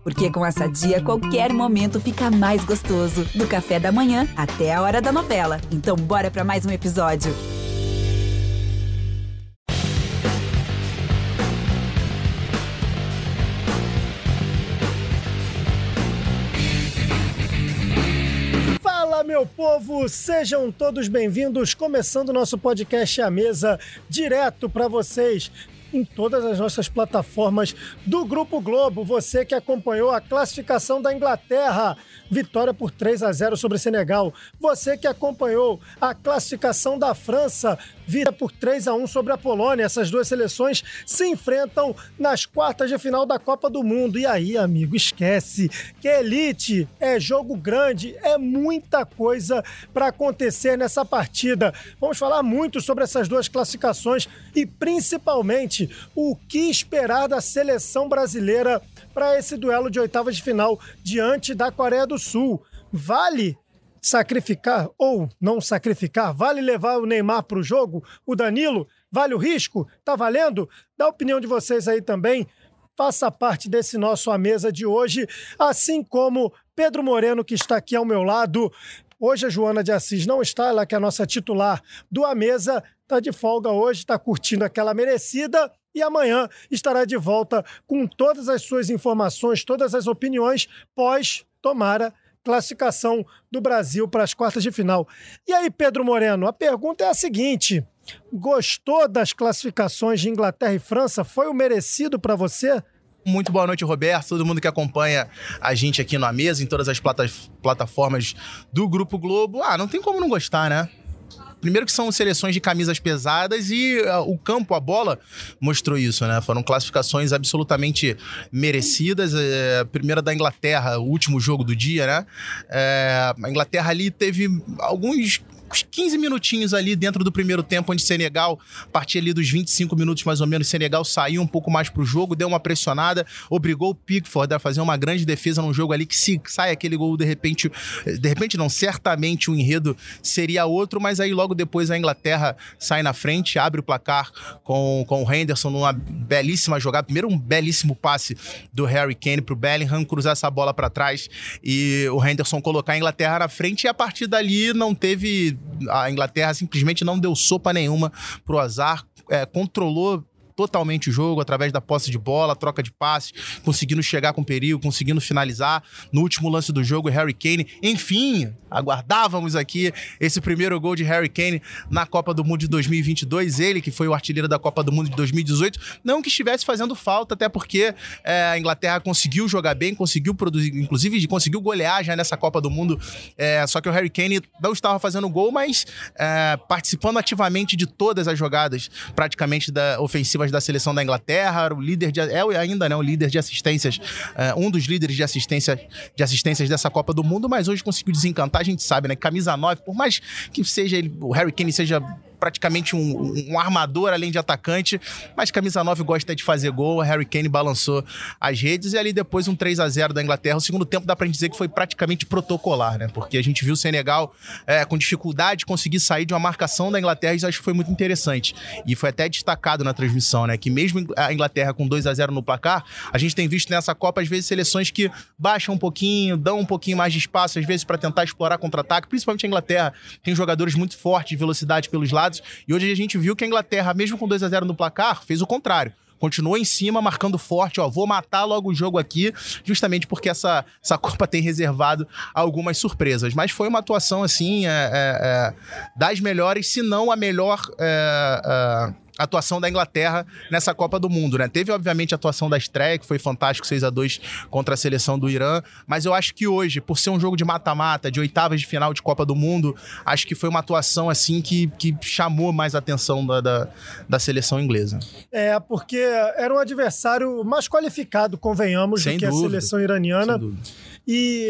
Porque com a Sadia, qualquer momento fica mais gostoso. Do café da manhã até a hora da novela. Então bora pra mais um episódio. Fala, meu povo! Sejam todos bem-vindos. Começando o nosso podcast à mesa, direto para vocês em todas as nossas plataformas do Grupo Globo. Você que acompanhou a classificação da Inglaterra, vitória por 3-0 sobre Senegal. Você que acompanhou a classificação da França, vitória por 3-1 sobre a Polônia. Essas duas seleções se enfrentam nas quartas de final da Copa do Mundo. E aí, amigo, esquece que elite é jogo grande, é muita coisa para acontecer nessa partida. Vamos falar muito sobre essas duas classificações e principalmente o que esperar da seleção brasileira para esse duelo de oitavas de final diante da Coreia do Sul. Vale sacrificar ou não sacrificar? Vale levar o Neymar para o jogo? O Danilo? Vale o risco? Tá valendo? Dá a opinião de vocês aí também. Faça parte desse nosso A Mesa de hoje, assim como Pedro Moreno, que está aqui ao meu lado. Hoje a Joana de Assis não está, ela que é a nossa titular do A Mesa, está de folga hoje, está curtindo aquela merecida e amanhã estará de volta com todas as suas informações, todas as opiniões pós, tomara, classificação do Brasil para as quartas de final. E aí, Pedro Moreno, a pergunta é a seguinte: gostou das classificações de Inglaterra e França? Foi o merecido para você? Muito boa noite, Roberto, todo mundo que acompanha a gente aqui na mesa, em todas as plataformas do Grupo Globo. Não tem como não gostar, né? Primeiro que são seleções de camisas pesadas e o campo, a bola, mostrou isso, né? Foram classificações absolutamente merecidas. A primeira da Inglaterra, o último jogo do dia, né? A Inglaterra ali teve uns 15 minutinhos ali dentro do primeiro tempo, onde Senegal, a partir ali dos 25 minutos mais ou menos, Senegal saiu um pouco mais pro jogo, deu uma pressionada, obrigou o Pickford a fazer uma grande defesa num jogo ali que se sai aquele gol, de repente não, certamente o enredo seria outro, mas aí logo depois a Inglaterra sai na frente, abre o placar com o Henderson numa belíssima jogada, primeiro um belíssimo passe do Harry Kane pro Bellingham, cruzar essa bola para trás e o Henderson colocar a Inglaterra na frente, e a partir dali a Inglaterra simplesmente não deu sopa nenhuma pro azar, controlou totalmente o jogo através da posse de bola, troca de passes, conseguindo chegar com perigo, conseguindo finalizar. No último lance do jogo, Harry Kane, enfim, aguardávamos aqui esse primeiro gol de Harry Kane na Copa do Mundo de 2022, ele que foi o artilheiro da Copa do Mundo de 2018, não que estivesse fazendo falta, até porque a Inglaterra conseguiu jogar bem, conseguiu produzir, inclusive conseguiu golear já nessa Copa do Mundo, só que o Harry Kane não estava fazendo gol, mas participando ativamente de todas as jogadas praticamente ofensivas da seleção da Inglaterra, o líder o líder de assistências, um dos líderes de assistências dessa Copa do Mundo, mas hoje conseguiu desencantar. A gente sabe, né, camisa 9, por mais que o Harry Kane seja praticamente um armador além de atacante, mas camisa 9 gosta de fazer gol. O Harry Kane balançou as redes e ali depois um 3-0 da Inglaterra. O segundo tempo dá pra gente dizer que foi praticamente protocolar, né? Porque a gente viu o Senegal com dificuldade de conseguir sair de uma marcação da Inglaterra, e isso acho que foi muito interessante. E foi até destacado na transmissão, né? Que mesmo a Inglaterra com 2-0 no placar, a gente tem visto nessa Copa, às vezes, seleções que baixam um pouquinho, dão um pouquinho mais de espaço, às vezes, para tentar explorar contra-ataque. Principalmente a Inglaterra tem jogadores muito fortes de velocidade pelos lados. E hoje a gente viu que a Inglaterra, mesmo com 2-0 no placar, fez o contrário. Continuou em cima, marcando forte, vou matar logo o jogo aqui, justamente porque essa Copa tem reservado algumas surpresas. Mas foi uma atuação, assim, das melhores, se não a melhor atuação da Inglaterra nessa Copa do Mundo, né? Teve, obviamente, a atuação da estreia, que foi fantástico, 6-2 contra a seleção do Irã, mas eu acho que hoje, por ser um jogo de mata-mata, de oitavas de final de Copa do Mundo, acho que foi uma atuação, assim, que chamou mais a atenção da seleção inglesa. Porque era um adversário mais qualificado, convenhamos, do que a seleção iraniana. Sem dúvida. E,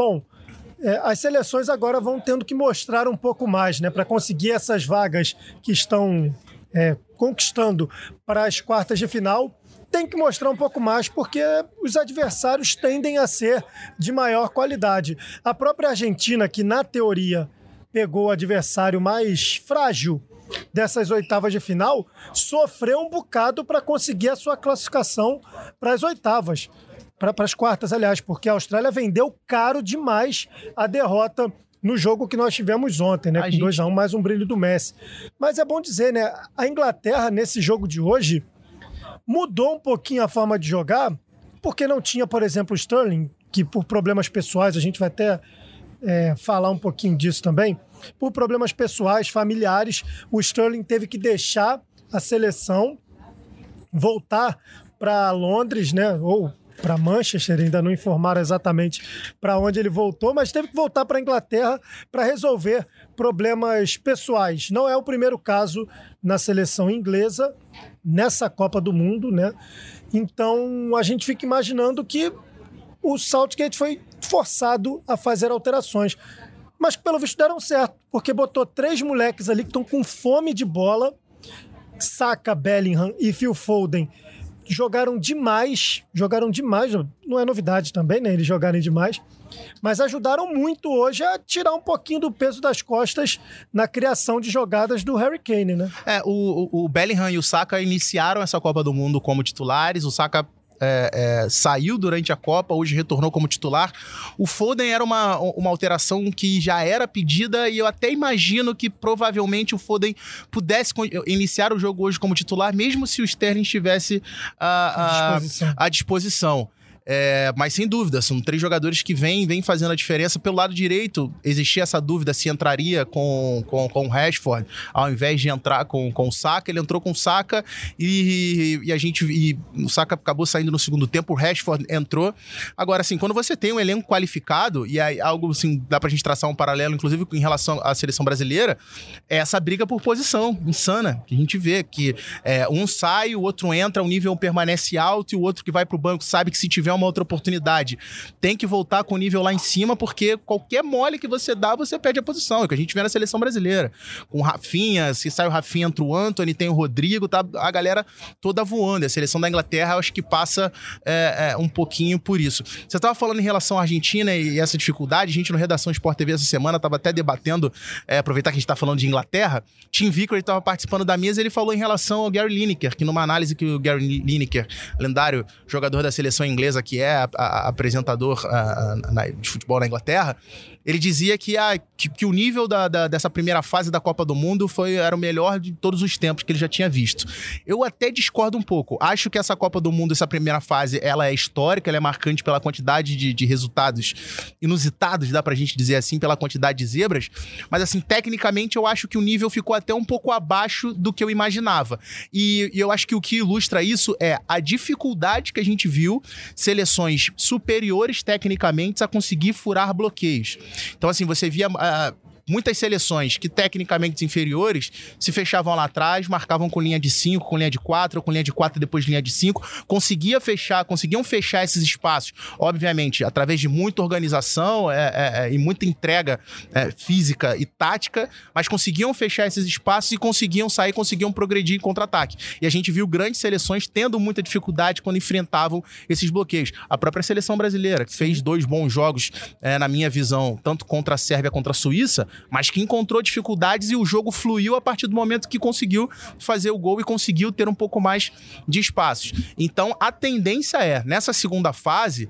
as seleções agora vão tendo que mostrar um pouco mais, né, para conseguir essas vagas que estão conquistando para as quartas de final. Tem que mostrar um pouco mais, porque os adversários tendem a ser de maior qualidade. A própria Argentina, que na teoria pegou o adversário mais frágil dessas oitavas de final, sofreu um bocado para conseguir a sua classificação para as oitavas. para as quartas, aliás, porque a Austrália vendeu caro demais a derrota no jogo que nós tivemos ontem, né? Com 2-1, mais um brilho do Messi. Mas é bom dizer, né? A Inglaterra, nesse jogo de hoje, mudou um pouquinho a forma de jogar, porque não tinha, por exemplo, o Sterling, que por problemas pessoais, a gente vai até falar um pouquinho disso também, por problemas pessoais, familiares, o Sterling teve que deixar a seleção, voltar para Londres, né? Ou para Manchester, ainda não informaram exatamente para onde ele voltou, mas teve que voltar para a Inglaterra para resolver problemas pessoais. Não é o primeiro caso na seleção inglesa, nessa Copa do Mundo, né? Então, a gente fica imaginando que o Southgate foi forçado a fazer alterações, mas que pelo visto deram certo, porque botou 3 moleques ali que estão com fome de bola, Saka, Bellingham e Phil Foden, jogaram demais, não é novidade também, né, eles jogarem demais, mas ajudaram muito hoje a tirar um pouquinho do peso das costas na criação de jogadas do Harry Kane, né? O Bellingham e o Saka iniciaram essa Copa do Mundo como titulares, o Saka saiu durante a Copa, hoje retornou como titular. O Foden era uma alteração que já era pedida e eu até imagino que provavelmente o Foden pudesse iniciar o jogo hoje como titular, mesmo se o Sterling estivesse à disposição. Mas sem dúvida, são 3 jogadores que vêm fazendo a diferença. Pelo lado direito, existia essa dúvida se entraria com o Rashford ao invés de entrar com o Saka. Ele entrou com o Saka e o Saka acabou saindo no segundo tempo, o Rashford entrou. Agora, assim, quando você tem um elenco qualificado, e aí algo assim, dá pra gente traçar um paralelo, inclusive em relação à seleção brasileira, é essa briga por posição insana, que a gente vê que um sai, o outro entra, o nível permanece alto e o outro que vai pro banco sabe que se tiver uma outra oportunidade, tem que voltar com o nível lá em cima, porque qualquer mole que você dá, você perde a posição. É o que a gente vê na seleção brasileira. Com o Rafinha, se sai o Rafinha, entra o Antony, tem o Rodrigo, tá a galera toda voando. A seleção da Inglaterra, eu acho que passa um pouquinho por isso. Você estava falando em relação à Argentina e essa dificuldade, a gente no Redação Sport TV essa semana estava até debatendo, aproveitar que a gente está falando de Inglaterra, Tim Vickery estava participando da mesa, ele falou em relação ao Gary Lineker, que numa análise que o Gary Lineker, lendário jogador da seleção inglesa, que é apresentador de futebol na Inglaterra, ele dizia que o nível dessa primeira fase da Copa do Mundo era o melhor de todos os tempos que ele já tinha visto. Eu até discordo um pouco. Acho que essa Copa do Mundo, essa primeira fase, ela é histórica, ela é marcante pela quantidade de resultados inusitados, dá pra gente dizer assim, pela quantidade de zebras, mas assim, tecnicamente eu acho que o nível ficou até um pouco abaixo do que eu imaginava. E eu acho que o que ilustra isso é a dificuldade que a gente viu seleções superiores tecnicamente a conseguir furar bloqueios. Então, assim, você via muitas seleções que tecnicamente inferiores se fechavam lá atrás, marcavam com linha de 5, com linha de 4, ou com linha de 4 depois linha de 5, conseguiam fechar esses espaços, obviamente, através de muita organização e muita entrega física e tática, mas conseguiam fechar esses espaços e conseguiam progredir em contra-ataque. E a gente viu grandes seleções tendo muita dificuldade quando enfrentavam esses bloqueios. A própria seleção brasileira, que fez 2 bons jogos, na minha visão, tanto contra a Sérvia quanto a Suíça, mas que encontrou dificuldades e o jogo fluiu a partir do momento que conseguiu fazer o gol e conseguiu ter um pouco mais de espaços. Então, a tendência nessa segunda fase,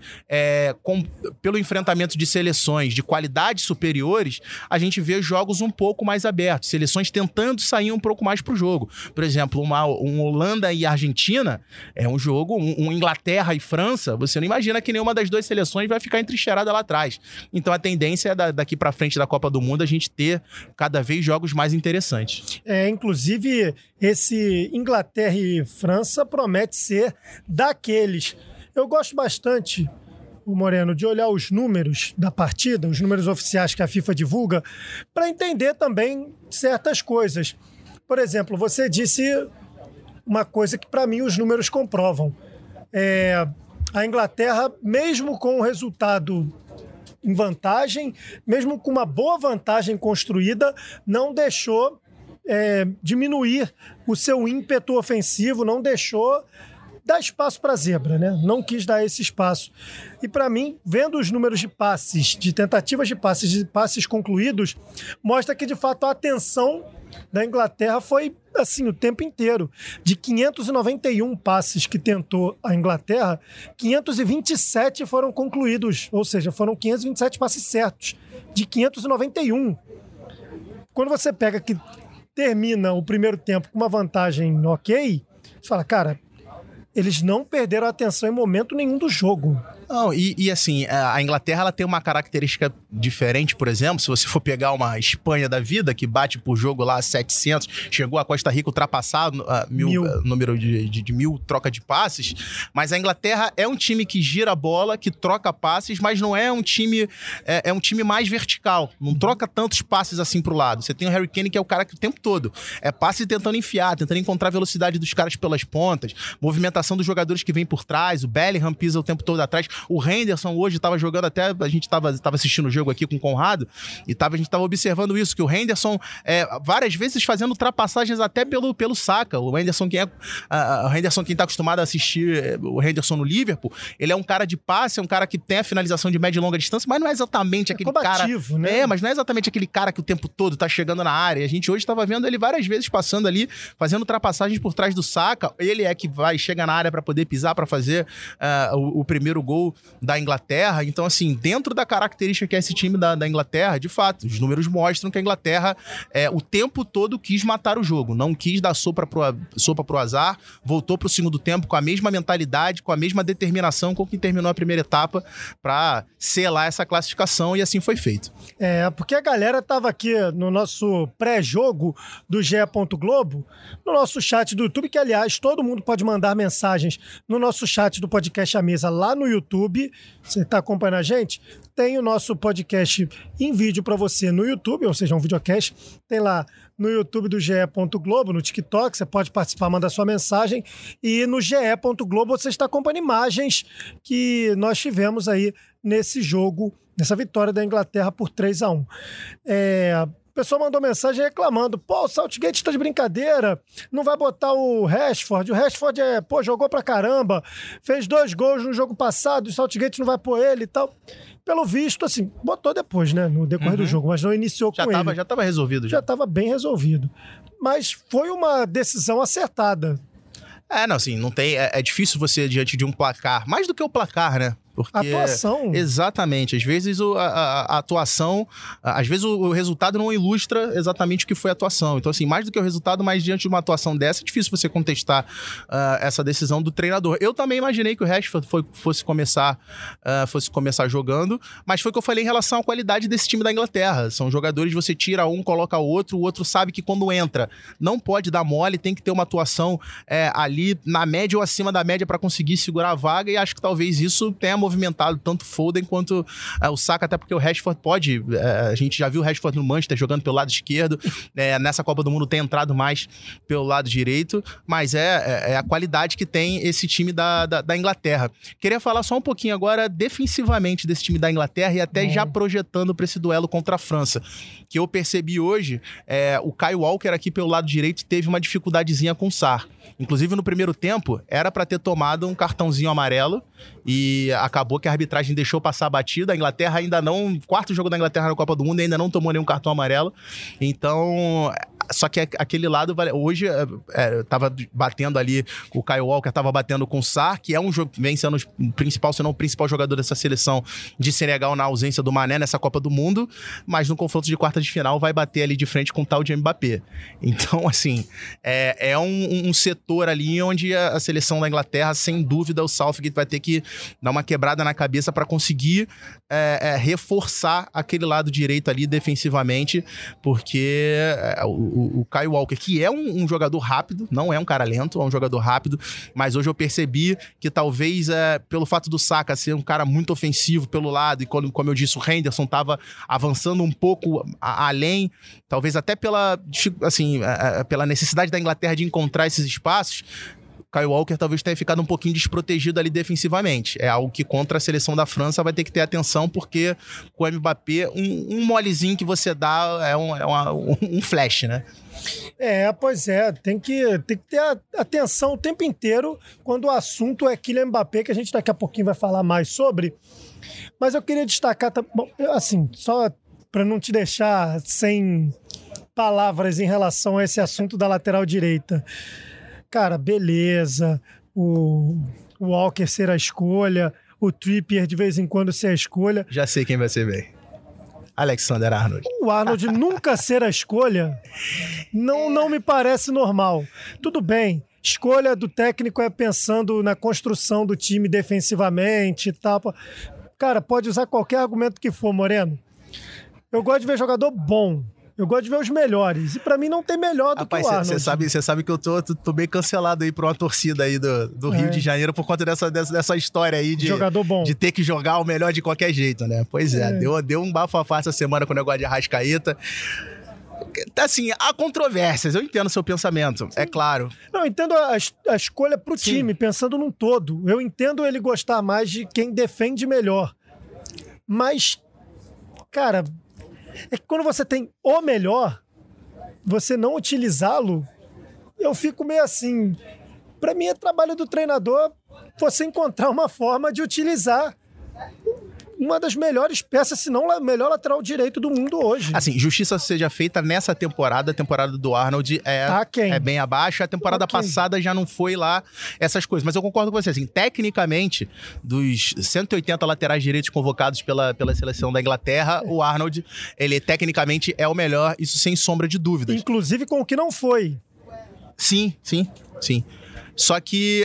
pelo enfrentamento de seleções de qualidades superiores, a gente vê jogos um pouco mais abertos, seleções tentando sair um pouco mais pro jogo. Por exemplo, um Holanda e Argentina é um jogo, um Inglaterra e França, você não imagina que nenhuma das 2 seleções vai ficar entrincheirada lá atrás. Então, a tendência é daqui pra frente da Copa do Mundo a gente ter cada vez jogos mais interessantes. Inclusive, esse Inglaterra e França promete ser daqueles. Eu gosto bastante, o Moreno, de olhar os números da partida, os números oficiais que a FIFA divulga, para entender também certas coisas. Por exemplo, você disse uma coisa que para mim os números comprovam. A Inglaterra, mesmo com o resultado em vantagem, mesmo com uma boa vantagem construída, não deixou diminuir o seu ímpeto ofensivo, não deixou dar espaço para a zebra, né? Não quis dar esse espaço. E para mim, vendo os números de passes, de tentativas de passes concluídos, mostra que de fato a atenção da Inglaterra foi assim o tempo inteiro. De 591 passes que tentou a Inglaterra, 527 foram concluídos, ou seja, foram 527 passes certos, de 591. Quando você pega que termina o primeiro tempo com uma vantagem ok, você fala, cara, eles não perderam a atenção em momento nenhum do jogo. Não, assim, a Inglaterra ela tem uma característica diferente, por exemplo, se você for pegar uma Espanha da vida, que bate por jogo lá 700, chegou a Costa Rica ultrapassar número de 1000 troca de passes, mas a Inglaterra é um time que gira a bola, que troca passes, mas não é um time, é um time mais vertical, não troca tantos passes assim pro lado. Você tem o Harry Kane, que é o cara que o tempo todo é passe tentando enfiar, tentando encontrar a velocidade dos caras pelas pontas, movimentação dos jogadores que vêm por trás, o Bellingham pisa o tempo todo atrás. O Henderson hoje estava jogando até... A gente estava assistindo o jogo aqui com o Conrado e a gente estava observando isso, que o Henderson várias vezes fazendo ultrapassagens até pelo Saka. O Henderson, quem está acostumado a assistir o Henderson no Liverpool, ele é um cara de passe, é um cara que tem a finalização de média e longa distância, mas não é exatamente aquele combativo, cara... né? Mas não é exatamente aquele cara que o tempo todo tá chegando na área. E a gente hoje estava vendo ele várias vezes passando ali, fazendo ultrapassagens por trás do Saka. Ele é que chega na área para poder pisar, para fazer o primeiro gol da Inglaterra. Então, assim, dentro da característica que é esse time da Inglaterra, de fato, os números mostram que a Inglaterra o tempo todo quis matar o jogo, não quis dar sopa pro azar, voltou pro segundo tempo com a mesma mentalidade, com a mesma determinação com que terminou a primeira etapa para selar essa classificação, e assim foi feito. Porque a galera tava aqui no nosso pré-jogo do GE. Globo, no nosso chat do YouTube, que, aliás, todo mundo pode mandar mensagens no nosso chat do podcast A Mesa lá no YouTube. Você está acompanhando a gente? Tem o nosso podcast em vídeo para você no YouTube, ou seja, um videocast. Tem lá no YouTube do GE. Globo, no TikTok, você pode participar, mandar sua mensagem. E no GE. Globo você está acompanhando imagens que nós tivemos aí nesse jogo, nessa vitória da Inglaterra por 3-1. O pessoal mandou mensagem reclamando. Pô, o Southgate tá de brincadeira. Não vai botar o Rashford. O Rashford jogou pra caramba. Fez 2 gols no jogo passado. O Southgate não vai pôr ele e tal. Pelo visto, assim, botou depois, né? No decorrer do jogo, mas não iniciou com ele. Já tava resolvido. Já tava bem resolvido. Mas foi uma decisão acertada. Não, assim, não tem... É difícil você, diante de um placar, mais do que o placar, né? Porque, atuação. Exatamente. Às vezes a atuação... Às vezes o resultado não ilustra exatamente o que foi a atuação. Então, assim, mais do que o resultado, mas diante de uma atuação dessa, é difícil você contestar essa decisão do treinador. Eu também imaginei que o Rashford fosse começar jogando, mas foi o que eu falei em relação à qualidade desse time da Inglaterra. São jogadores, você tira um, coloca o outro sabe que quando entra não pode dar mole, tem que ter uma atuação ali na média ou acima da média para conseguir segurar a vaga, e acho que talvez isso tenha movimentado tanto Foden quanto o Saka, até porque o Rashford pode... a gente já viu o Rashford no Manchester jogando pelo lado esquerdo, nessa Copa do Mundo tem entrado mais pelo lado direito, mas é a qualidade que tem esse time da Inglaterra. Queria falar só um pouquinho agora defensivamente desse time da Inglaterra e até já projetando para esse duelo contra a França, que eu percebi hoje, o Kyle Walker aqui pelo lado direito teve uma dificuldadezinha com o Sarr. Inclusive no primeiro tempo era para ter tomado um cartãozinho amarelo e acabou que a arbitragem deixou passar a batida. A Inglaterra ainda não... Quarto jogo da Inglaterra na Copa do Mundo, ainda não tomou nenhum cartão amarelo. Então... Só que aquele lado... Hoje, tava batendo ali... O Kyle Walker tava batendo com o Sarr, que é um jogo... Vem sendo o principal, se não o principal jogador dessa seleção de Senegal na ausência do Mané nessa Copa do Mundo. Mas no confronto de quarta de final vai bater ali de frente com o tal de Mbappé. Então, assim... É um setor ali onde a seleção da Inglaterra, sem dúvida, o Southgate vai ter que dar uma quebrada na cabeça para conseguir reforçar aquele lado direito ali defensivamente, porque o Kyle Walker, que é um jogador rápido, não é um cara lento, é um jogador rápido, mas hoje eu percebi que talvez pelo fato do Saka ser um cara muito ofensivo pelo lado, e como eu disse, o Henderson estava avançando um pouco além, talvez até pela necessidade da Inglaterra de encontrar esses espaços, Kyle Walker talvez tenha ficado um pouquinho desprotegido ali defensivamente. É algo que contra a seleção da França vai ter que ter atenção, porque com o Mbappé, um molezinho que você dá é um flash, né? Pois é, tem que ter atenção o tempo inteiro quando o assunto é Kylian Mbappé, que a gente daqui a pouquinho vai falar mais sobre. Mas eu queria destacar, bom, assim, só para não te deixar sem palavras em relação a esse assunto da lateral direita. Cara, beleza, o Walker ser a escolha, o Trippier de vez em quando ser a escolha. Já sei quem vai ser bem. Alexander-Arnold. O Arnold nunca ser a escolha não me parece normal. Tudo bem, escolha do técnico é pensando na construção do time defensivamente e tal. Cara, pode usar qualquer argumento que for, Moreno. Eu gosto de ver jogador bom. Eu gosto de ver os melhores. E pra mim não tem melhor do que o Arnold. Você sabe que eu tô bem cancelado aí pra uma torcida aí do Rio de Janeiro por conta dessa história aí de jogador bom, de ter que jogar o melhor de qualquer jeito, né? Pois é. Deu um bafafá essa semana com o negócio de Arrascaeta. Assim, há controvérsias. Eu entendo o seu pensamento, é claro. Não, eu entendo a escolha pro time, pensando num todo. Eu entendo ele gostar mais de quem defende melhor. Mas, cara, é que quando você tem o melhor, você não utilizá-lo, eu fico meio assim. Pra mim é trabalho do treinador você encontrar uma forma de utilizar uma das melhores peças, se não a melhor lateral direito do mundo hoje. Assim, justiça seja feita nessa temporada. A temporada do Arnold é bem abaixo. A temporada passada já não foi lá essas coisas. Mas eu concordo com você. Assim, tecnicamente, dos 180 laterais direitos convocados pela seleção da Inglaterra, o Arnold, ele tecnicamente é o melhor, isso sem sombra de dúvidas. Inclusive com o que não foi. Sim. Só que,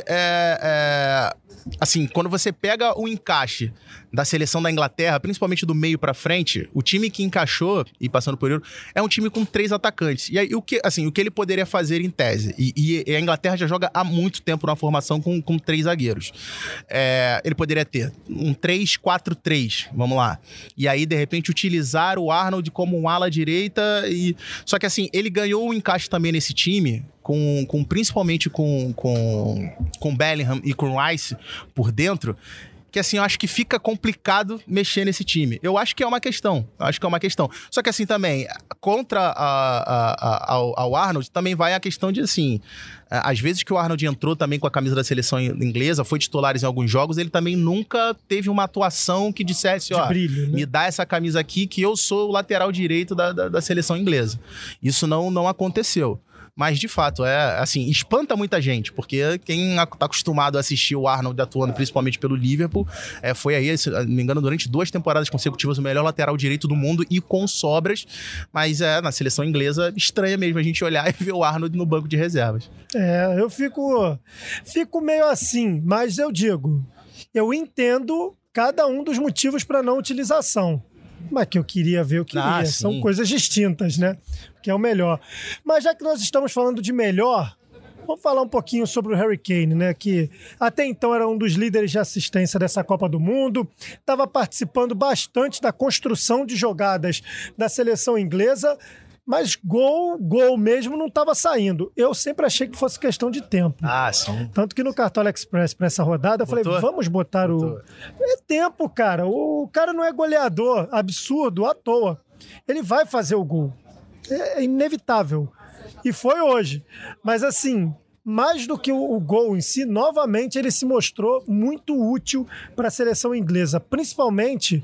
assim, quando você pega o encaixe da seleção da Inglaterra, principalmente do meio pra frente, o time que encaixou, e passando por ele, é um time com 3 atacantes. E aí, o que ele poderia fazer em tese? E a Inglaterra já joga há muito tempo na formação com 3 zagueiros. Ele poderia ter um 3-4-3, vamos lá. E aí, de repente, utilizar o Arnold como um ala direita. Só que, assim, ele ganhou o encaixe também nesse time, principalmente com Bellingham e com Rice por dentro, que assim, eu acho que fica complicado mexer nesse time. Eu acho que é uma questão. Só que assim, também, contra ao Arnold, também vai a questão de, assim, às vezes que o Arnold entrou também com a camisa da seleção inglesa, foi titular em alguns jogos, ele também nunca teve uma atuação que dissesse, brilho, né? Me dá essa camisa aqui que eu sou o lateral direito da seleção inglesa. Isso não aconteceu. Mas, de fato, assim, espanta muita gente, porque quem tá acostumado a assistir o Arnold atuando, principalmente pelo Liverpool, foi aí, se não me engano, durante 2 temporadas consecutivas, o melhor lateral direito do mundo e com sobras. Mas, na seleção inglesa, estranha mesmo a gente olhar e ver o Arnold no banco de reservas. Eu fico meio assim, mas eu digo, eu entendo cada um dos motivos para não utilização. Mas que eu queria ver, eu queria. São coisas distintas, né? Que é o melhor. Mas já que nós estamos falando de melhor, vamos falar um pouquinho sobre o Harry Kane, né? Que até então era um dos líderes de assistência dessa Copa do Mundo, estava participando bastante da construção de jogadas da seleção inglesa, mas gol mesmo não estava saindo. Eu sempre achei que fosse questão de tempo. Sim. Tanto que no Cartola Express para essa rodada, eu falei, vamos botar o... É tempo, cara. O cara não é goleador absurdo à toa. Ele vai fazer o gol. É inevitável. E foi hoje. Mas assim, mais do que o gol em si, novamente ele se mostrou muito útil para a seleção inglesa. Principalmente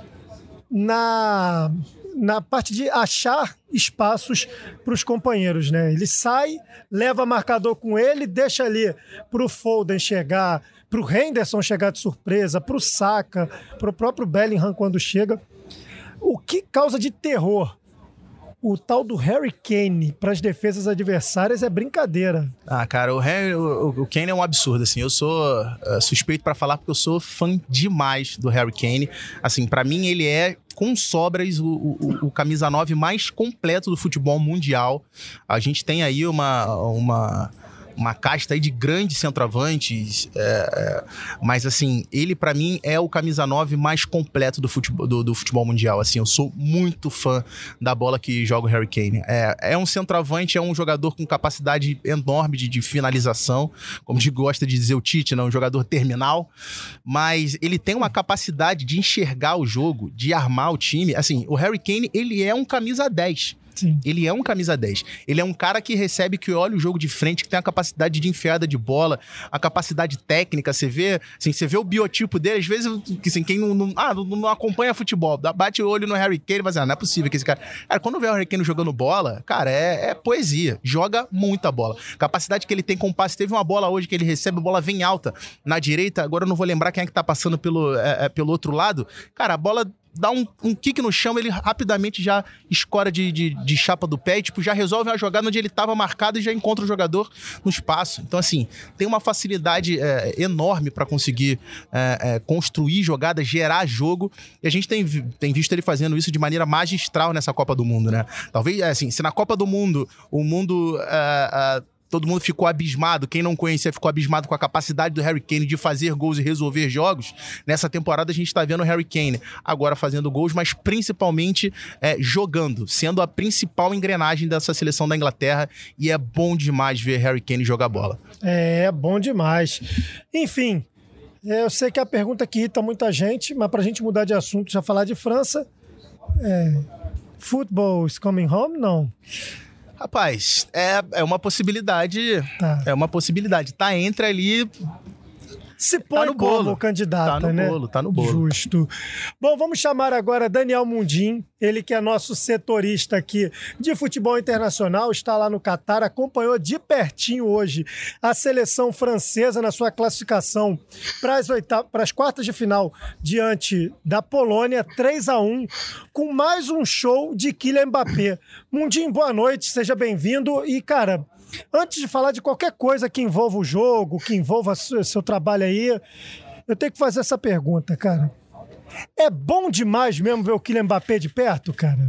na parte de achar espaços para os companheiros, né? Ele sai, leva marcador com ele, deixa ali para o Foden chegar, para o Henderson chegar de surpresa, para o Saka, para o próprio Bellingham quando chega. O que causa de terror o tal do Harry Kane para as defesas adversárias é brincadeira. Cara, o Kane é um absurdo, assim. Eu sou suspeito para falar porque eu sou fã demais do Harry Kane. Assim, para mim ele é, com sobras, o camisa 9 mais completo do futebol mundial. A gente tem aí uma uma casta aí de grandes centroavantes, mas assim, ele pra mim é o camisa 9 mais completo do futebol mundial, assim, eu sou muito fã da bola que joga o Harry Kane. É um centroavante, é um jogador com capacidade enorme de finalização, como gosta de dizer o Tite, né? Um jogador terminal, mas ele tem uma capacidade de enxergar o jogo, de armar o time. Assim, o Harry Kane, ele é um camisa 10. Sim. Ele é um camisa 10. Ele é um cara que recebe, que olha o jogo de frente, que tem a capacidade de enfiada de bola, a capacidade técnica. Você vê o biotipo dele, às vezes, assim, quem não acompanha futebol, bate o olho no Harry Kane e vai dizer, não é possível que esse cara... Cara, quando vê o Harry Kane jogando bola, cara, é poesia. Joga muita bola. Capacidade que ele tem com o passe. Teve uma bola hoje que ele recebe, a bola vem alta na direita, agora eu não vou lembrar quem é que tá passando pelo outro lado. Cara, a bola dá um kick no chão, ele rapidamente já escora de chapa do pé e, tipo, já resolve uma jogada onde ele estava marcado e já encontra o jogador no espaço. Então, assim, tem uma facilidade enorme para conseguir construir jogadas, gerar jogo, e a gente tem visto ele fazendo isso de maneira magistral nessa Copa do Mundo, né? Talvez, assim, se na Copa do Mundo, todo mundo ficou abismado, quem não conhecia ficou abismado com a capacidade do Harry Kane de fazer gols e resolver jogos. Nessa temporada a gente tá vendo o Harry Kane agora fazendo gols, mas principalmente jogando, sendo a principal engrenagem dessa seleção da Inglaterra, e é bom demais ver Harry Kane jogar bola. É bom demais. Enfim, eu sei que a pergunta que irrita muita gente, mas pra gente mudar de assunto, já falar de França, football is coming home? Não. Rapaz, é uma possibilidade. Tá. É uma possibilidade. Tá entre ali. Se põe como candidato, né? Tá no bolo. Justo. Bom, vamos chamar agora Daniel Mundim, ele que é nosso setorista aqui de futebol internacional, está lá no Catar, acompanhou de pertinho hoje a seleção francesa na sua classificação para as quartas de final diante da Polônia, 3-1, com mais um show de Kylian Mbappé. Mundim, boa noite, seja bem-vindo e, cara... Antes de falar de qualquer coisa que envolva o jogo, que envolva seu trabalho aí, eu tenho que fazer essa pergunta, cara. É bom demais mesmo ver o Kylian Mbappé de perto, cara?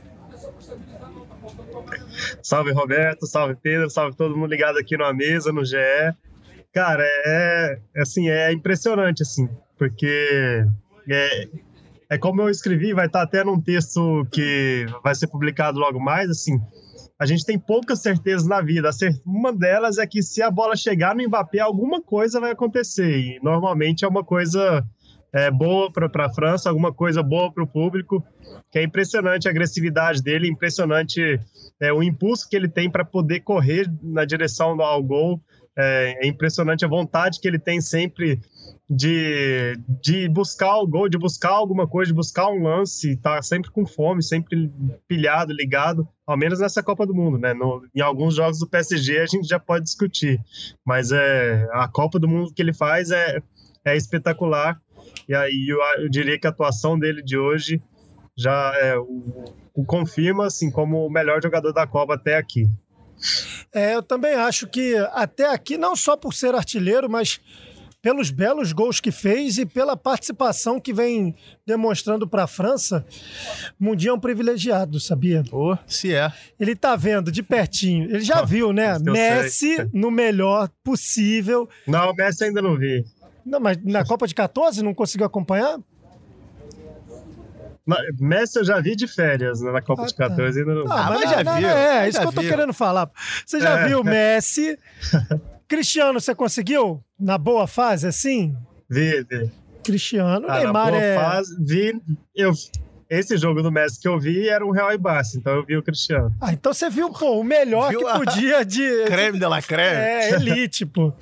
Salve, Roberto, salve, Pedro, salve todo mundo ligado aqui na mesa, no GE. Cara, é impressionante, assim, porque é como eu escrevi, vai estar até num texto que vai ser publicado logo mais, assim... A gente tem poucas certezas na vida. Uma delas é que se a bola chegar no Mbappé, alguma coisa vai acontecer. E normalmente é uma coisa boa para a França, alguma coisa boa para o público, que é impressionante a agressividade dele, impressionante o impulso que ele tem para poder correr na direção ao gol. É impressionante a vontade que ele tem sempre de buscar o gol, de buscar alguma coisa, de buscar um lance, tá sempre com fome, sempre pilhado, ligado, ao menos nessa Copa do Mundo, né? Em alguns jogos do PSG a gente já pode discutir, mas a Copa do Mundo que ele faz é espetacular, e aí eu diria que a atuação dele de hoje já o confirma assim, como o melhor jogador da Copa até aqui. Eu também acho que até aqui, não só por ser artilheiro, mas pelos belos gols que fez e pela participação que vem demonstrando para a França, Mundinho é um privilegiado, sabia? Se é. Ele tá vendo de pertinho, ele já viu, né? Messi no melhor possível. Não, o Messi ainda não vi. Não, mas na Copa de 14 não conseguiu acompanhar? Messi eu já vi de férias na Copa de 14 ainda não vi. Mas já viu. Isso que eu tô querendo falar. Você já viu Messi? Cristiano, você conseguiu? Na boa fase, assim? Vi. Cristiano, Neymar na boa fase, vi. Esse jogo do Messi que eu vi era um Real e Barça, então eu vi o Cristiano. Então você viu, o melhor que podia de... Creme de la creme. Elite, pô.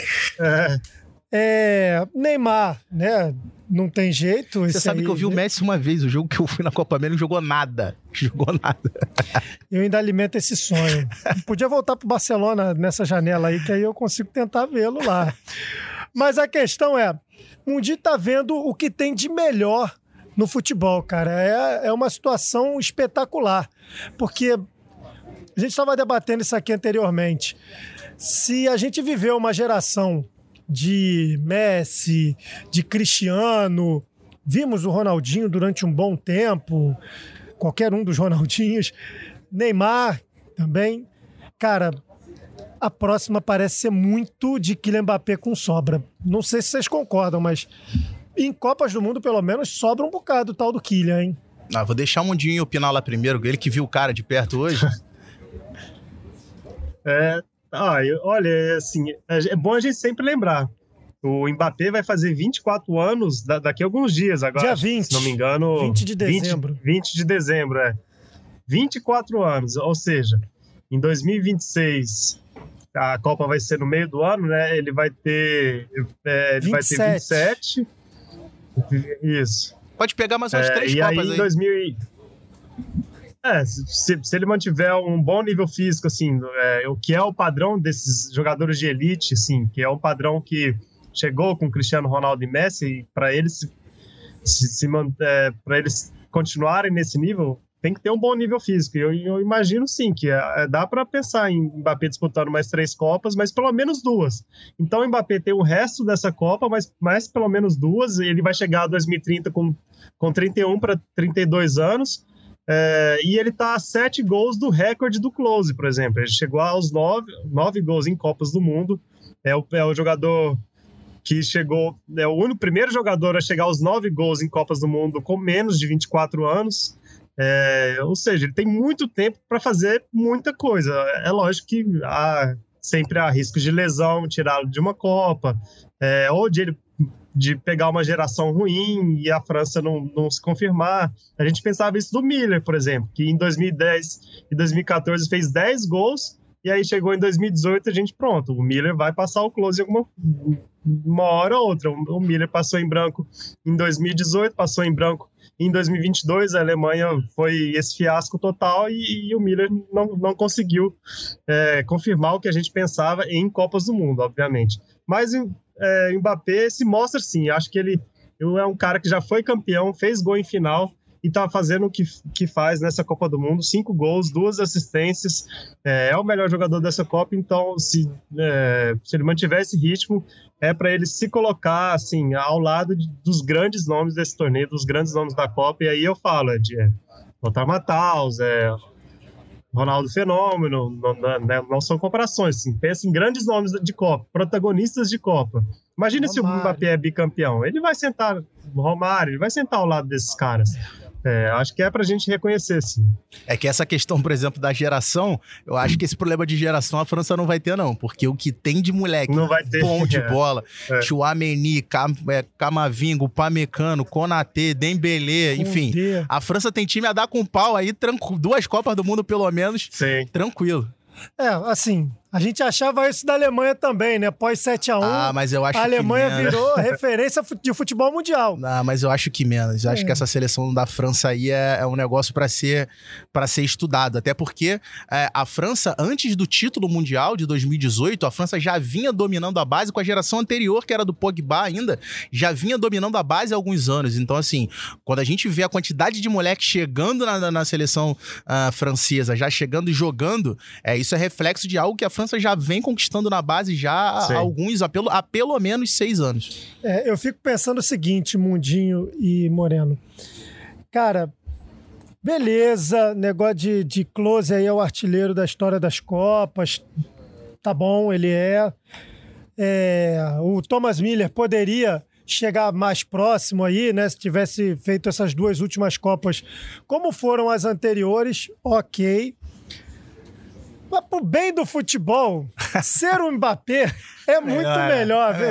Neymar, né? Não tem jeito. Você sabe que eu vi o Messi uma vez, o jogo que eu fui na Copa América, não jogou nada. Eu ainda alimento esse sonho. Podia voltar pro Barcelona nessa janela aí, que aí eu consigo tentar vê-lo lá. Mas a questão Mundinho tá vendo o que tem de melhor no futebol, cara. É uma situação espetacular. Porque a gente estava debatendo isso aqui anteriormente. Se a gente viveu uma geração de Messi, de Cristiano, vimos o Ronaldinho durante um bom tempo, qualquer um dos Ronaldinhos, Neymar também. Cara, a próxima parece ser muito de Kylian Mbappé com sobra. Não sei se vocês concordam, mas em Copas do Mundo, pelo menos, sobra um bocado o tal do Kylian, hein? Vou deixar o Mundinho opinar lá primeiro, ele que viu o cara de perto hoje. Olha, assim, é bom a gente sempre lembrar. O Mbappé vai fazer 24 anos daqui a alguns dias agora. Dia 20. Se não me engano. 20 de dezembro. 20 de dezembro, 24 anos, ou seja, em 2026, a Copa vai ser no meio do ano, né? Ele vai ter 27. Isso. Pode pegar mais umas 3 e Copas aí. Em 2000... se ele mantiver um bom nível físico, assim, o que é o padrão desses jogadores de elite, assim, que é um padrão que chegou com Cristiano Ronaldo e Messi, para eles para eles continuarem nesse nível, tem que ter um bom nível físico. E eu imagino, sim, que dá para pensar em Mbappé disputando mais 3 Copas, mas pelo menos 2. Então o Mbappé tem o resto dessa Copa, mas mais pelo menos 2. Ele vai chegar a 2030 com 31 para 32 anos. E ele está a 7 gols do recorde do Klose, por exemplo. Ele chegou aos 9 gols em Copas do Mundo. É o jogador que chegou... É o primeiro jogador a chegar aos 9 gols em Copas do Mundo com menos de 24 anos. Ou seja, ele tem muito tempo para fazer muita coisa. É lógico que sempre há riscos de lesão, tirá-lo de uma Copa, ou de pegar uma geração ruim e a França não se confirmar. A gente pensava isso do Miller, por exemplo, que em 2010 e 2014 fez 10 gols, e aí chegou em 2018 a gente, pronto, o Miller vai passar o Klose uma hora ou outra. O Miller passou em branco em 2018, passou em branco em 2022, a Alemanha foi esse fiasco total e o Miller não conseguiu confirmar o que a gente pensava em Copas do Mundo, obviamente. Mas o Mbappé se mostra, sim. Acho que ele é um cara que já foi campeão, fez gol em final e está fazendo o que faz nessa Copa do Mundo. 5 gols, 2 assistências. É o melhor jogador dessa Copa, então se ele mantiver esse ritmo, para ele se colocar assim, ao lado dos grandes nomes desse torneio, dos grandes nomes da Copa. E aí eu falo de Lothar Matthaus, Ronaldo Fenômeno, não são comparações. Assim. Pensa em grandes nomes de Copa, protagonistas de Copa. Imagina se o Mbappé é bicampeão. Ele vai sentar, Romário, ele vai sentar ao lado desses caras. Acho que é pra gente reconhecer, sim. É que essa questão, por exemplo, da geração, eu acho que esse problema de geração a França não vai ter, não. Porque o que tem de moleque bom de bola, Tchouaméni, Camavinga, Upamecano, Konaté, Dembélé, enfim. A França tem time a dar com pau aí, 2 Copas do Mundo pelo menos, sim. Tranquilo. Assim, a gente achava isso da Alemanha também, né? Pós 7-1, mas eu acho a Alemanha que virou referência de futebol mundial. Mas eu acho que menos. Eu acho que essa seleção da França aí é um negócio para ser estudado. Até porque a França, antes do título mundial de 2018, a França já vinha dominando a base com a geração anterior, que era do Pogba ainda, já vinha dominando a base há alguns anos. Então, assim, quando a gente vê a quantidade de moleques chegando na seleção francesa, já chegando e jogando, isso é reflexo de algo que a França já vem conquistando na base já há pelo menos 6 anos. Eu fico pensando o seguinte, Mundinho e Moreno. Cara, beleza, negócio de Klose aí é o artilheiro da história das Copas. Tá bom, ele o Thomas Müller poderia chegar mais próximo aí, né? Se tivesse feito essas 2 últimas Copas como foram as anteriores, ok. Mas pro bem do futebol, ser um Mbappé é muito melhor, viu?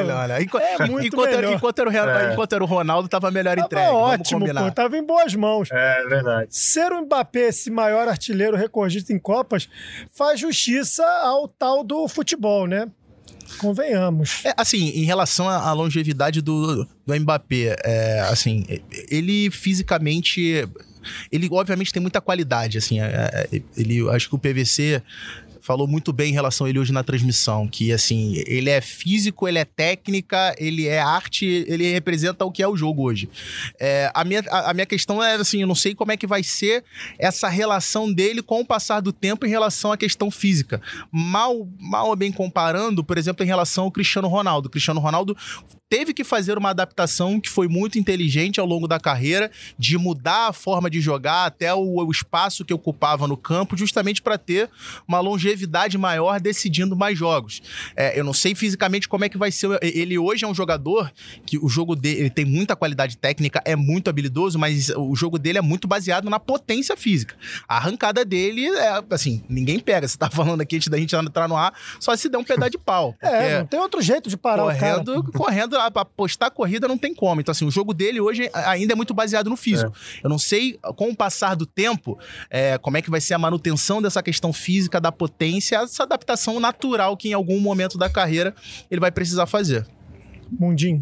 Enquanto era o Ronaldo, tava melhor entregue. Tava ótimo, pô. Tava em boas mãos. É verdade. Ser o Mbappé, esse maior artilheiro recordista em Copas, faz justiça ao tal do futebol, né? Convenhamos. Assim, em relação à longevidade do Mbappé, assim, ele fisicamente... Ele, obviamente, tem muita qualidade, assim, acho que o PVC falou muito bem em relação a ele hoje na transmissão, que, assim, ele é físico, ele é técnica, ele é arte, ele representa o que é o jogo hoje. A minha questão é, assim, eu não sei como é que vai ser essa relação dele com o passar do tempo em relação à questão física. Mal ou bem comparando, por exemplo, em relação ao Cristiano Ronaldo. O Cristiano Ronaldo teve que fazer uma adaptação que foi muito inteligente ao longo da carreira, de mudar a forma de jogar até o espaço que ocupava no campo, justamente para ter uma longevidade maior decidindo mais jogos. Eu não sei fisicamente como é que vai ser. Ele hoje é um jogador que o jogo dele ele tem muita qualidade técnica, é muito habilidoso, mas o jogo dele é muito baseado na potência física. A arrancada dele é assim, ninguém pega. Você tá falando aqui antes da gente entrar no ar, só se der um pedaço de pau. Não tem outro jeito de parar o cara. Correndo, apostar a corrida não tem como. Então, assim, o jogo dele hoje ainda é muito baseado no físico. Eu não sei, com o passar do tempo, como é que vai ser a manutenção dessa questão física, da potência, essa adaptação natural que em algum momento da carreira ele vai precisar fazer. Mundinho.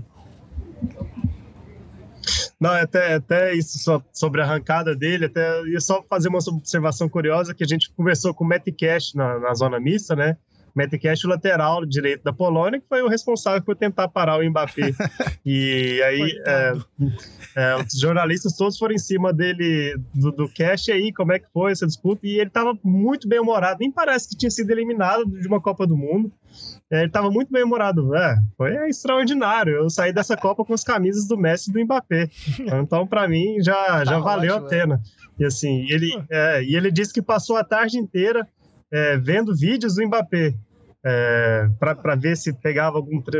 Não, até isso sobre a arrancada dele, até ia só fazer uma observação curiosa, que a gente conversou com o Matt Cash na zona mista, né? Matt Cash, o lateral direito da Polônia, que foi o responsável por tentar parar o Mbappé. E aí, os jornalistas todos foram em cima dele, do Cash, aí, como é que foi essa disputa, e ele estava muito bem-humorado, nem parece que tinha sido eliminado de uma Copa do Mundo. Ele estava muito bem-humorado. Foi extraordinário. Eu saí dessa Copa com as camisas do Messi e do Mbappé. Então, para mim, já valeu a pena. E assim, ele disse que passou a tarde inteira vendo vídeos do Mbappé para ver se pegava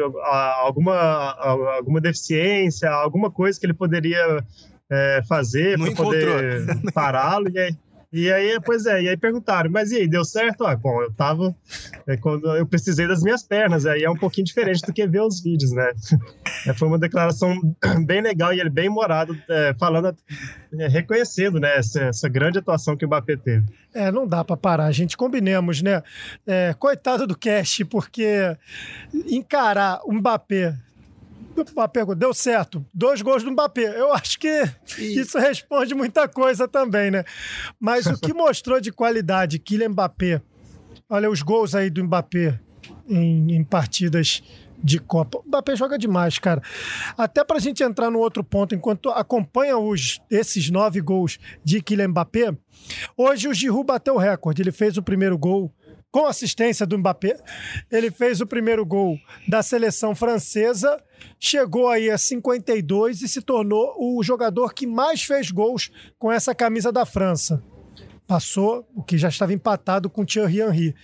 alguma deficiência, alguma coisa que ele poderia fazer para poder pará-lo. E aí perguntaram, mas e aí, deu certo? Bom, eu tava quando eu precisei das minhas pernas, aí é um pouquinho diferente do que ver os vídeos, né? Foi uma declaração bem legal e ele bem humorado, falando, reconhecendo, né, essa grande atuação que o Mbappé teve. Não dá pra parar, gente, combinemos, né? Coitado do Cash, porque encarar o Mbappé deu certo, 2 gols do Mbappé. Eu acho que isso responde muita coisa também, né? Mas o que mostrou de qualidade Kylian Mbappé, olha os gols aí do Mbappé em partidas de Copa. O Mbappé joga demais, cara. Até pra gente entrar no outro ponto, enquanto acompanha esses 9 gols de Kylian Mbappé, hoje o Giroud bateu o recorde. Ele fez o primeiro gol com assistência do Mbappé. Ele fez o primeiro gol da seleção francesa, chegou aí a 52 e se tornou o jogador que mais fez gols com essa camisa da França. Passou o que já estava empatado com Thierry Henry.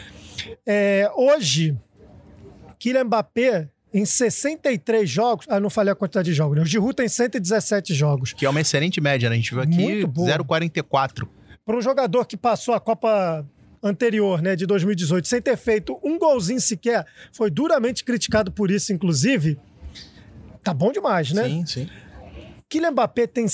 Hoje, Kylian Mbappé, em 63 jogos... não falei a quantidade de jogos, né? O Giroud tem 117 jogos. Que é uma excelente média, né? A gente viu aqui 0,44. Para um jogador que passou a Copa anterior, né, de 2018, sem ter feito um golzinho sequer, foi duramente criticado por isso, inclusive. Tá bom demais, né? Sim. Kylian Mbappé tem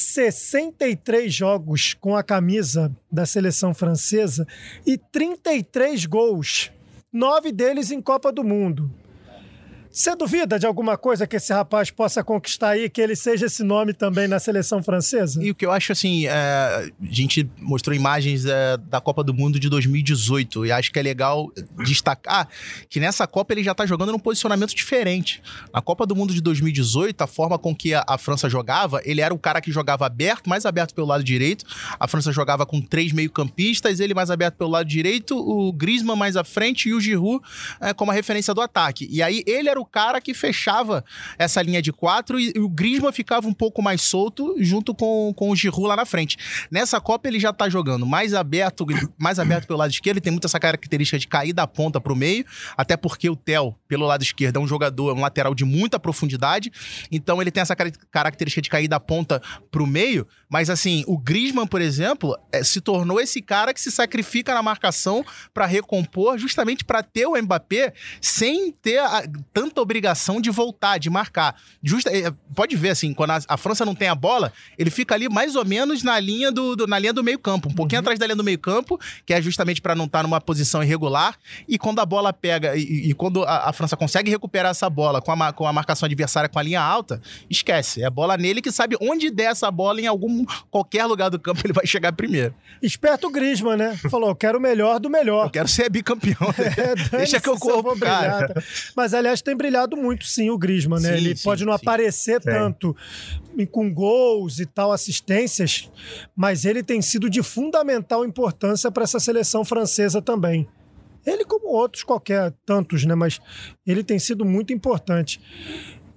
63 jogos com a camisa da seleção francesa e 33 gols, 9 deles em Copa do Mundo. Você duvida de alguma coisa que esse rapaz possa conquistar aí, que ele seja esse nome também na seleção francesa? E o que eu acho, assim, a gente mostrou imagens da Copa do Mundo de 2018, e acho que é legal destacar que nessa Copa ele já tá jogando num posicionamento diferente. Na Copa do Mundo de 2018, a forma com que a França jogava, ele era o cara que jogava aberto, mais aberto pelo lado direito, a França jogava com 3 meio-campistas, ele mais aberto pelo lado direito, o Griezmann mais à frente e o Giroud como a referência do ataque. E aí ele era o cara que fechava essa linha de 4 e o Griezmann ficava um pouco mais solto junto com o Giroud lá na frente. Nessa Copa ele já tá jogando mais aberto pelo lado esquerdo, ele tem muito essa característica de cair da ponta pro meio, até porque o Theo, pelo lado esquerdo, é um lateral de muita profundidade, então ele tem essa característica de cair da ponta pro meio, mas assim, o Griezmann, por exemplo, se tornou esse cara que se sacrifica na marcação para recompor, justamente para ter o Mbappé sem ter tanta obrigação de voltar, de marcar. Pode ver, assim, quando a França não tem a bola, ele fica ali mais ou menos na linha do meio campo, um pouquinho atrás da linha do meio campo, que é justamente para não estar numa posição irregular, e quando a bola pega, e quando a França consegue recuperar essa bola com a marcação adversária com a linha alta, esquece, é a bola nele que sabe onde der essa bola, em qualquer lugar do campo ele vai chegar primeiro. Esperto o Griezmann, né? Falou, eu quero o melhor do melhor. Eu quero ser bicampeão. Deixa que eu corro pro cara. Mas, aliás, tem brilhado muito, sim, o Griezmann, né? Ele pode não aparecer tanto com gols e tal, assistências, mas ele tem sido de fundamental importância para essa seleção francesa também. Ele, como outros tantos, né? Mas ele tem sido muito importante.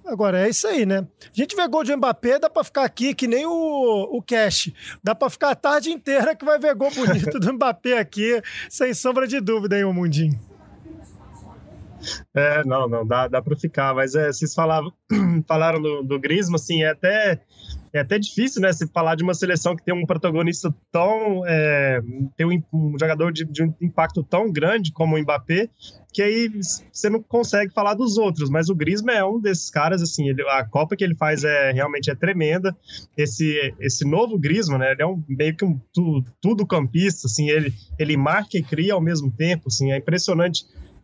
Agora, é isso aí, né? A gente vê gol de Mbappé, dá pra ficar aqui que nem o Cash. Dá pra ficar a tarde inteira que vai ver gol bonito do Mbappé aqui, sem sombra de dúvida, hein, o Mundinho? Não, dá pra ficar, mas vocês falaram do Griezmann, assim, é até difícil, né, se falar de uma seleção que tem um protagonista tão, tem um jogador de um impacto tão grande como o Mbappé, que aí você não consegue falar dos outros, mas o Griezmann é um desses caras, assim, a Copa que ele faz realmente é tremenda. Esse novo Griezmann, né, ele é meio que um tudo campista, assim, ele marca e cria ao mesmo tempo, assim, é impressionante.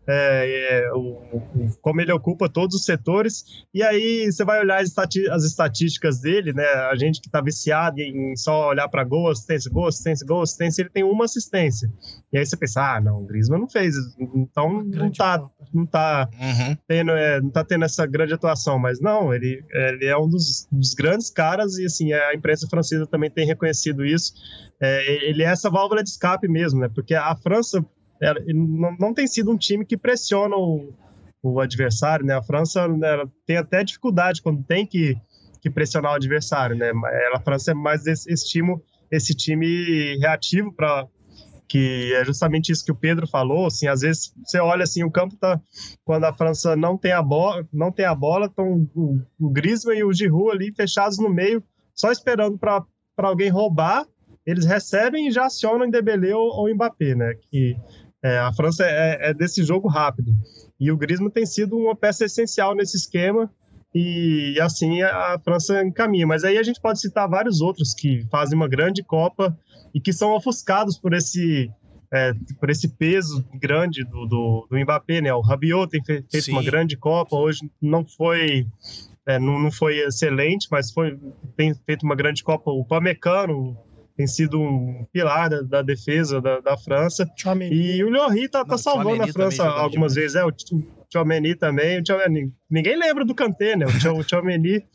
Como ele ocupa todos os setores, e aí você vai olhar as estatísticas dele, né? A gente que tá viciado em só olhar para gol, assistência, ele tem uma assistência, e aí você pensa, não, o Griezmann não fez, então não tá tendo essa grande atuação, mas não, ele é um dos grandes caras, e assim, a imprensa francesa também tem reconhecido isso. Ele é essa válvula de escape mesmo, né? Porque a França não tem sido um time que pressiona o adversário, né? A França, né, tem até dificuldade quando tem que pressionar o adversário, né? A França é mais esse time reativo, que é justamente isso que o Pedro falou, assim, às vezes você olha assim, o campo tá, quando a França não tem a bola, estão o Griezmann e o Giroud ali fechados no meio, só esperando para alguém roubar, eles recebem e já acionam o Dembélé ou o Mbappé, né? Que a França é desse jogo rápido. E o Griezmann tem sido uma peça essencial nesse esquema, e assim a França encaminha. Mas aí a gente pode citar vários outros que fazem uma grande Copa e que são ofuscados por esse peso grande do Mbappé, né? O Rabiot tem feito uma grande Copa, hoje não foi excelente, mas tem feito uma grande Copa. O Upamecano tem sido um pilar da defesa da França. E o Lloris tá salvando a França algumas vezes. O Tchouaméni também. Ninguém lembra do Kanté, né? O Tchouaméni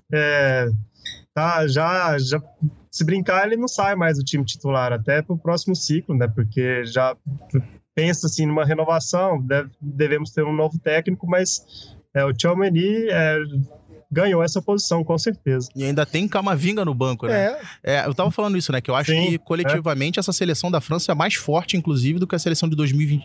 já se brincar, ele não sai mais do time titular até pro próximo ciclo, né? Porque já pensa assim numa renovação, devemos ter um novo técnico, mas o Tchouaméni ganhou essa posição, com certeza. E ainda tem Camavinga no banco, né? Eu tava falando isso, né? Que eu acho que coletivamente essa seleção da França é mais forte, inclusive, do que a seleção de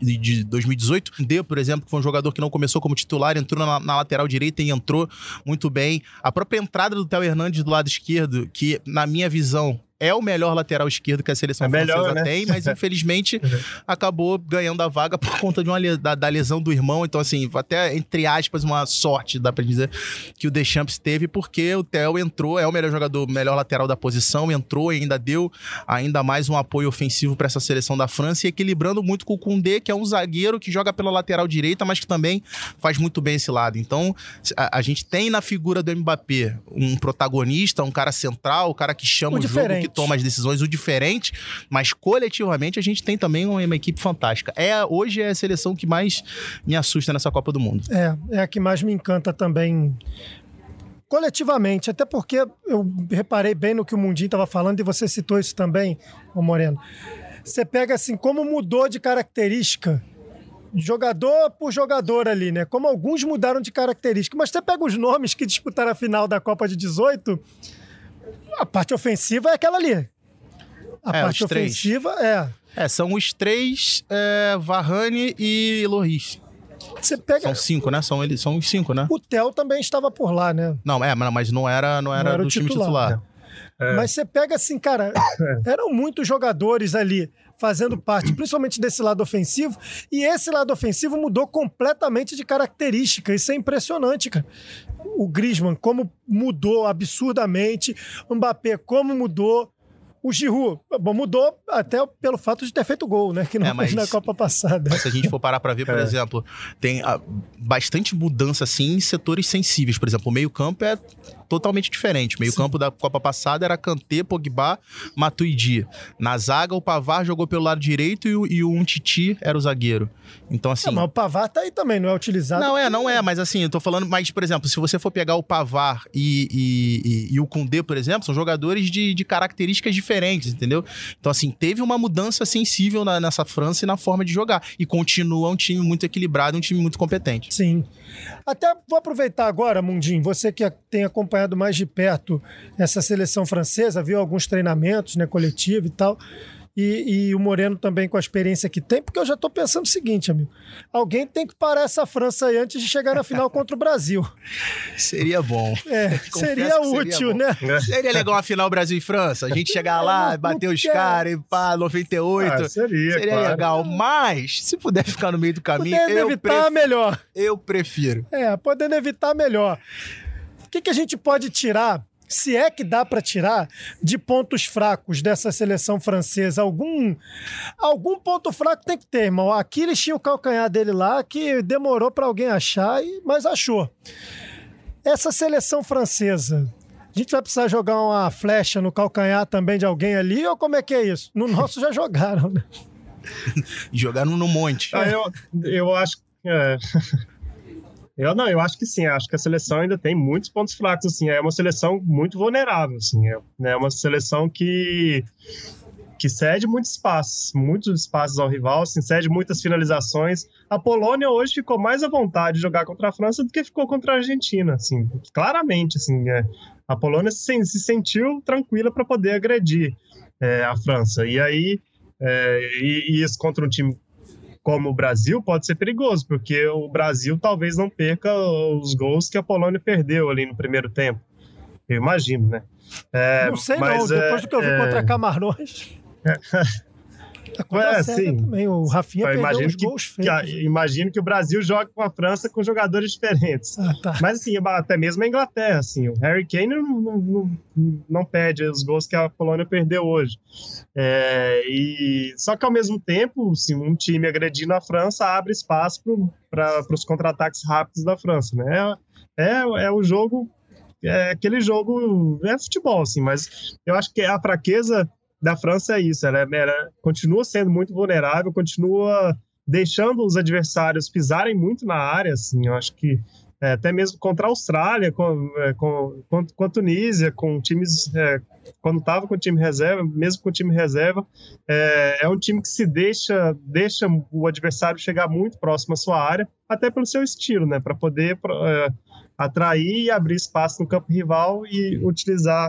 2018. Por exemplo, que foi um jogador que não começou como titular, entrou na lateral direita e entrou muito bem. A própria entrada do Théo Hernandes do lado esquerdo, que, na minha visão, é o melhor lateral esquerdo que a seleção francesa tem, mas infelizmente acabou ganhando a vaga por conta da lesão do irmão. Então, assim, até entre aspas, uma sorte, dá pra dizer, que o Deschamps teve, porque o Theo entrou, é o melhor jogador, melhor lateral da posição, entrou e ainda deu ainda mais um apoio ofensivo para essa seleção da França, e equilibrando muito com o Koundé, que é um zagueiro que joga pela lateral direita, mas que também faz muito bem esse lado. Então, a gente tem na figura do Mbappé um protagonista, um cara central, o cara que chama o jogo, que toma as decisões, o diferente, mas coletivamente a gente tem também uma equipe fantástica. Hoje é a seleção que mais me assusta nessa Copa do Mundo. É a que mais me encanta também coletivamente, até porque eu reparei bem no que o Mundinho estava falando, e você citou isso também, ô Moreno. Você pega assim, como mudou de característica jogador por jogador ali, né? Como alguns mudaram de característica, mas você pega os nomes que disputaram a final da Copa de 18, a parte ofensiva é aquela ali. A parte ofensiva são os três, Varane e Lloris. Você pega... São 5, né? São os 5, né? O Theo também estava por lá, né? Não, mas não era do time titular. Mas você pega assim, cara, eram muitos jogadores ali fazendo parte, principalmente desse lado ofensivo, e esse lado ofensivo mudou completamente de característica. Isso é impressionante, cara. O Griezmann, como mudou absurdamente, o Mbappé, como mudou, o Giroud, mudou até pelo fato de ter feito gol, né? Que não fez na Copa passada. Mas se a gente for parar pra ver, por exemplo, tem bastante mudança, assim, em setores sensíveis. Por exemplo, o meio-campo é totalmente diferente. Meio campo da Copa passada era Kanté, Pogba, Matuidi. Na zaga, o Pavard jogou pelo lado direito e o Umtiti era o zagueiro. Então, assim... mas o Pavard tá aí também, não é utilizado? Não é, mas assim, eu tô falando... Mas, por exemplo, se você for pegar o Pavard e o Koundé, por exemplo, são jogadores de características diferentes, entendeu? Então, assim, teve uma mudança sensível nessa França e na forma de jogar. E continua um time muito equilibrado, um time muito competente. Sim. Até vou aproveitar agora, Mundinho, você que tem acompanhado mais de perto essa seleção francesa, viu alguns treinamentos, né, coletivo e tal, e o Moreno também com a experiência que tem, porque eu já tô pensando o seguinte, amigo, alguém tem que parar essa França aí antes de chegar na final contra o Brasil. Seria bom. Seria útil, né? Seria legal uma final Brasil e França, a gente chegar lá, bater os caras e pá, 98. Seria claro. Legal, mas se puder ficar no meio do caminho, podendo evitar, melhor. Eu prefiro. Podendo evitar, melhor. O que a gente pode tirar, se é que dá para tirar, de pontos fracos dessa seleção francesa? Algum ponto fraco tem que ter, irmão. Aqui eles tinham o calcanhar dele lá, que demorou para alguém achar, mas achou. Essa seleção francesa, a gente vai precisar jogar uma flecha no calcanhar também de alguém ali, ou como é que é isso? No nosso já jogaram, né? Jogaram no monte. Eu acho que... Eu acho que sim, acho que a seleção ainda tem muitos pontos fracos, assim, é uma seleção muito vulnerável, assim, é uma seleção que cede muitos espaços ao rival, assim, cede muitas finalizações. A Polônia hoje ficou mais à vontade de jogar contra a França do que ficou contra a Argentina, assim, claramente, assim, a Polônia se sentiu tranquila para poder agredir a França, e aí isso contra um time como o Brasil pode ser perigoso, porque o Brasil talvez não perca os gols que a Polônia perdeu ali no primeiro tempo. Eu imagino, né? Não sei não, depois do que eu vi contra Camarões... Sim. Também. O Rafinha perdeu os gols feitos. Imagino que o Brasil joga com a França com jogadores diferentes. Tá. Mas, assim, até mesmo a Inglaterra, assim, o Harry Kane não perde os gols que a Polônia perdeu hoje. Só que, ao mesmo tempo, assim, um time agredindo a França abre espaço para os contra-ataques rápidos da França, né? É o jogo... aquele jogo... É futebol, assim, mas eu acho que a fraqueza da França é isso, ela continua sendo muito vulnerável, continua deixando os adversários pisarem muito na área, assim, eu acho que até mesmo contra a Austrália, com a Tunísia, com times, quando estava com o time reserva, mesmo com o time reserva, é um time que se deixa o adversário chegar muito próximo à sua área, até pelo seu estilo, né, para poder atrair e abrir espaço no campo rival e utilizar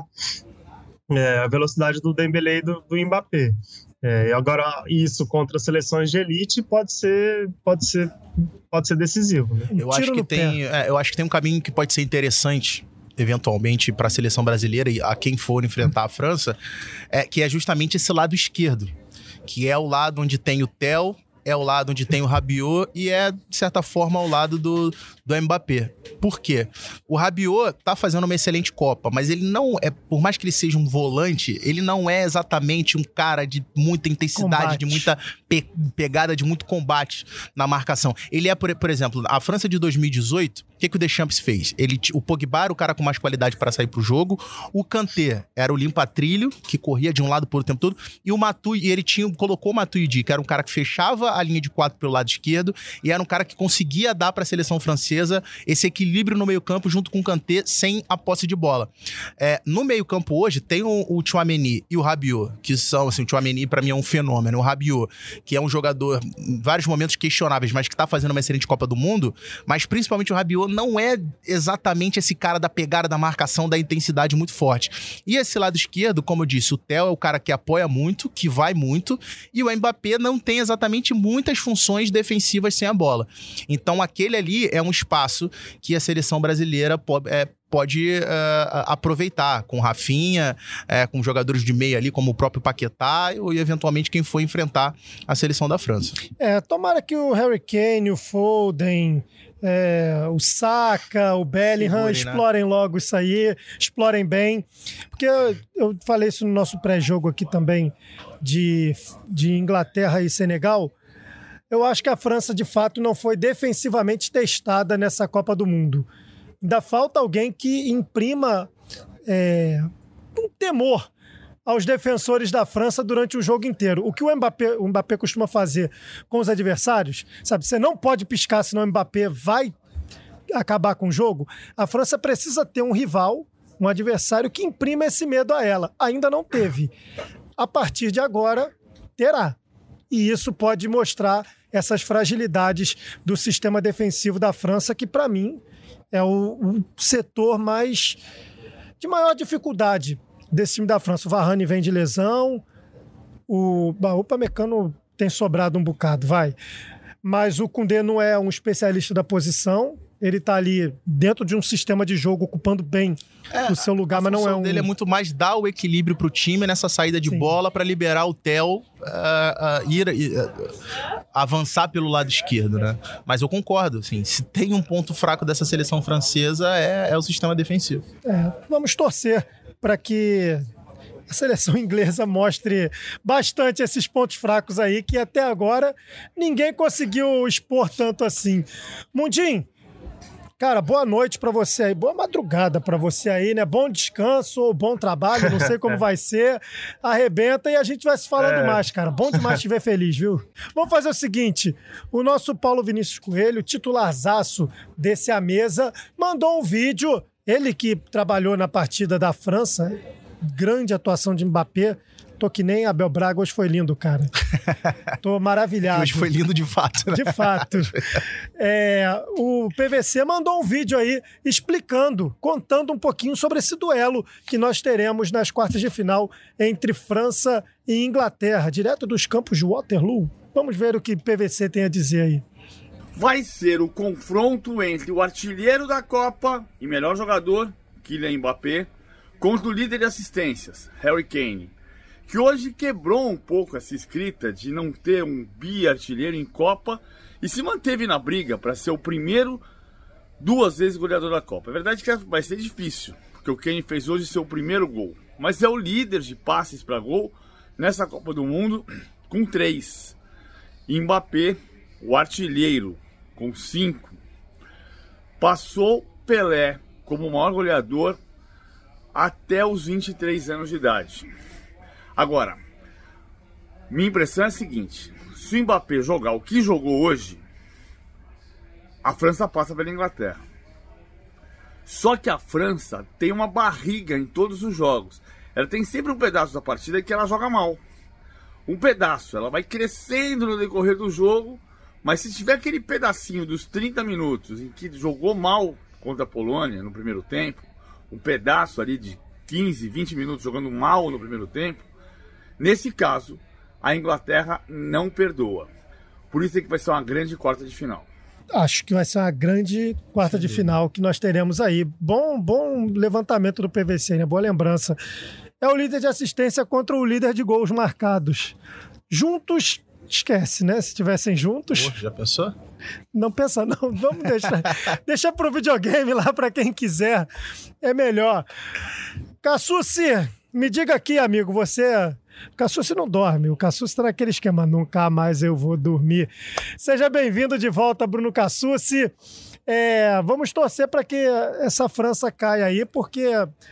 a velocidade do Dembélé e do Mbappé. Agora, isso contra seleções de elite pode ser decisivo, né? Eu acho que tem um caminho que pode ser interessante, eventualmente, para a seleção brasileira e a quem for enfrentar a França, que é justamente esse lado esquerdo, que é o lado onde tem o Theo, é o lado onde tem o Rabiot e de certa forma, ao lado do Mbappé. Por quê? O Rabiot tá fazendo uma excelente Copa, mas ele não por mais que ele seja um volante, ele não é exatamente um cara de muita intensidade, combate, de muita pegada, de muito combate na marcação. Ele por exemplo, a França de 2018, o que o Deschamps fez? O Pogba era o cara com mais qualidade para sair pro jogo, o Kanté era o limpa-trilho, que corria de um lado pro outro o tempo todo, e o Matuidi, ele colocou o Matuidi, que era um cara que fechava a linha de 4 pelo lado esquerdo, e era um cara que conseguia dar para a seleção francesa esse equilíbrio no meio-campo junto com o Kanté sem a posse de bola. No meio-campo hoje tem o Tchouaméni e o Rabiot, que são, assim, o Tchouaméni para mim é um fenômeno, o Rabiot, que é um jogador em vários momentos questionáveis, mas que tá fazendo uma excelente Copa do Mundo, mas principalmente o Rabiot não é exatamente esse cara da pegada, da marcação, da intensidade muito forte. E esse lado esquerdo, como eu disse, o Theo é o cara que apoia muito, que vai muito, e o Mbappé não tem exatamente muitas funções defensivas sem a bola. Então aquele ali é um espaço que a seleção brasileira pode aproveitar, com Rafinha, com jogadores de meia ali, como o próprio Paquetá, e eventualmente quem for enfrentar a seleção da França. Tomara que o Harry Kane, o Foden, o Saka, o Bellingham explorem logo isso aí, explorem bem, porque eu falei isso no nosso pré-jogo aqui também de Inglaterra e Senegal. Eu acho que a França, de fato, não foi defensivamente testada nessa Copa do Mundo. Ainda falta alguém que imprima um temor aos defensores da França durante o jogo inteiro. O que o Mbappé costuma fazer com os adversários, sabe? Você não pode piscar, senão o Mbappé vai acabar com o jogo. A França precisa ter um rival, um adversário que imprima esse medo a ela. Ainda não teve. A partir de agora, terá. E isso pode mostrar essas fragilidades do sistema defensivo da França, que, para mim, é o setor de maior dificuldade desse time da França. O Varane vem de lesão, o Upamecano tem sobrado um bocado, mas o Koundé não é um especialista da posição, ele tá ali dentro de um sistema de jogo ocupando bem o seu lugar, mas não é um... dele é muito mais dar o equilíbrio pro time nessa saída de bola para liberar o Theo avançar pelo lado esquerdo, né? Mas eu concordo, assim, se tem um ponto fraco dessa seleção francesa é o sistema defensivo. Vamos torcer para que a seleção inglesa mostre bastante esses pontos fracos aí, que até agora ninguém conseguiu expor tanto assim. Mundinho, cara, boa noite pra você aí, boa madrugada pra você aí, né? Bom descanso ou bom trabalho, não sei como vai ser. Arrebenta e a gente vai se falando mais, cara. Bom demais te ver feliz, viu? Vamos fazer o seguinte, o nosso Paulo Vinícius Coelho, titularzaço desse A Mesa, mandou um vídeo, ele que trabalhou na partida da França, grande atuação de Mbappé. Tô que nem Abel Braga, hoje foi lindo, cara. Tô maravilhado. Hoje foi lindo de fato, né? De fato. O PVC mandou um vídeo aí explicando, contando um pouquinho sobre esse duelo que nós teremos nas quartas de final entre França e Inglaterra, direto dos campos de Waterloo. Vamos ver o que o PVC tem a dizer aí. Vai ser o confronto entre o artilheiro da Copa e melhor jogador, Kylian Mbappé, contra o líder de assistências, Harry Kane, que hoje quebrou um pouco essa escrita de não ter um bi-artilheiro em Copa e se manteve na briga para ser o primeiro 2 vezes goleador da Copa. É verdade que vai ser difícil, porque o Kane fez hoje seu primeiro gol, mas é o líder de passes para gol nessa Copa do Mundo com 3. E Mbappé, o artilheiro, com 5, passou Pelé como o maior goleador até os 23 anos de idade. Agora, minha impressão é a seguinte, se o Mbappé jogar o que jogou hoje, a França passa pela Inglaterra. Só que a França tem uma barriga em todos os jogos. Ela tem sempre um pedaço da partida que ela joga mal. Um pedaço, ela vai crescendo no decorrer do jogo, mas se tiver aquele pedacinho dos 30 minutos em que jogou mal contra a Polônia no primeiro tempo, um pedaço ali de 15, 20 minutos jogando mal no primeiro tempo, nesse caso, a Inglaterra não perdoa. Por isso é que vai ser uma grande quarta de final. Acho que vai ser uma grande quarta de final que nós teremos aí. Bom levantamento do PVC, né? Boa lembrança. É o líder de assistência contra o líder de gols marcados. Juntos, esquece, né? Se estivessem juntos... Pô, já pensou? Não pensa não, vamos deixar. Deixa pro videogame lá para quem quiser. É melhor. Cassucci, me diga aqui, amigo, você... O Cassucci não dorme, o Cassucci está naquele esquema, nunca mais eu vou dormir. Seja bem-vindo de volta, Bruno Cassucci. Vamos torcer para que essa França caia aí, porque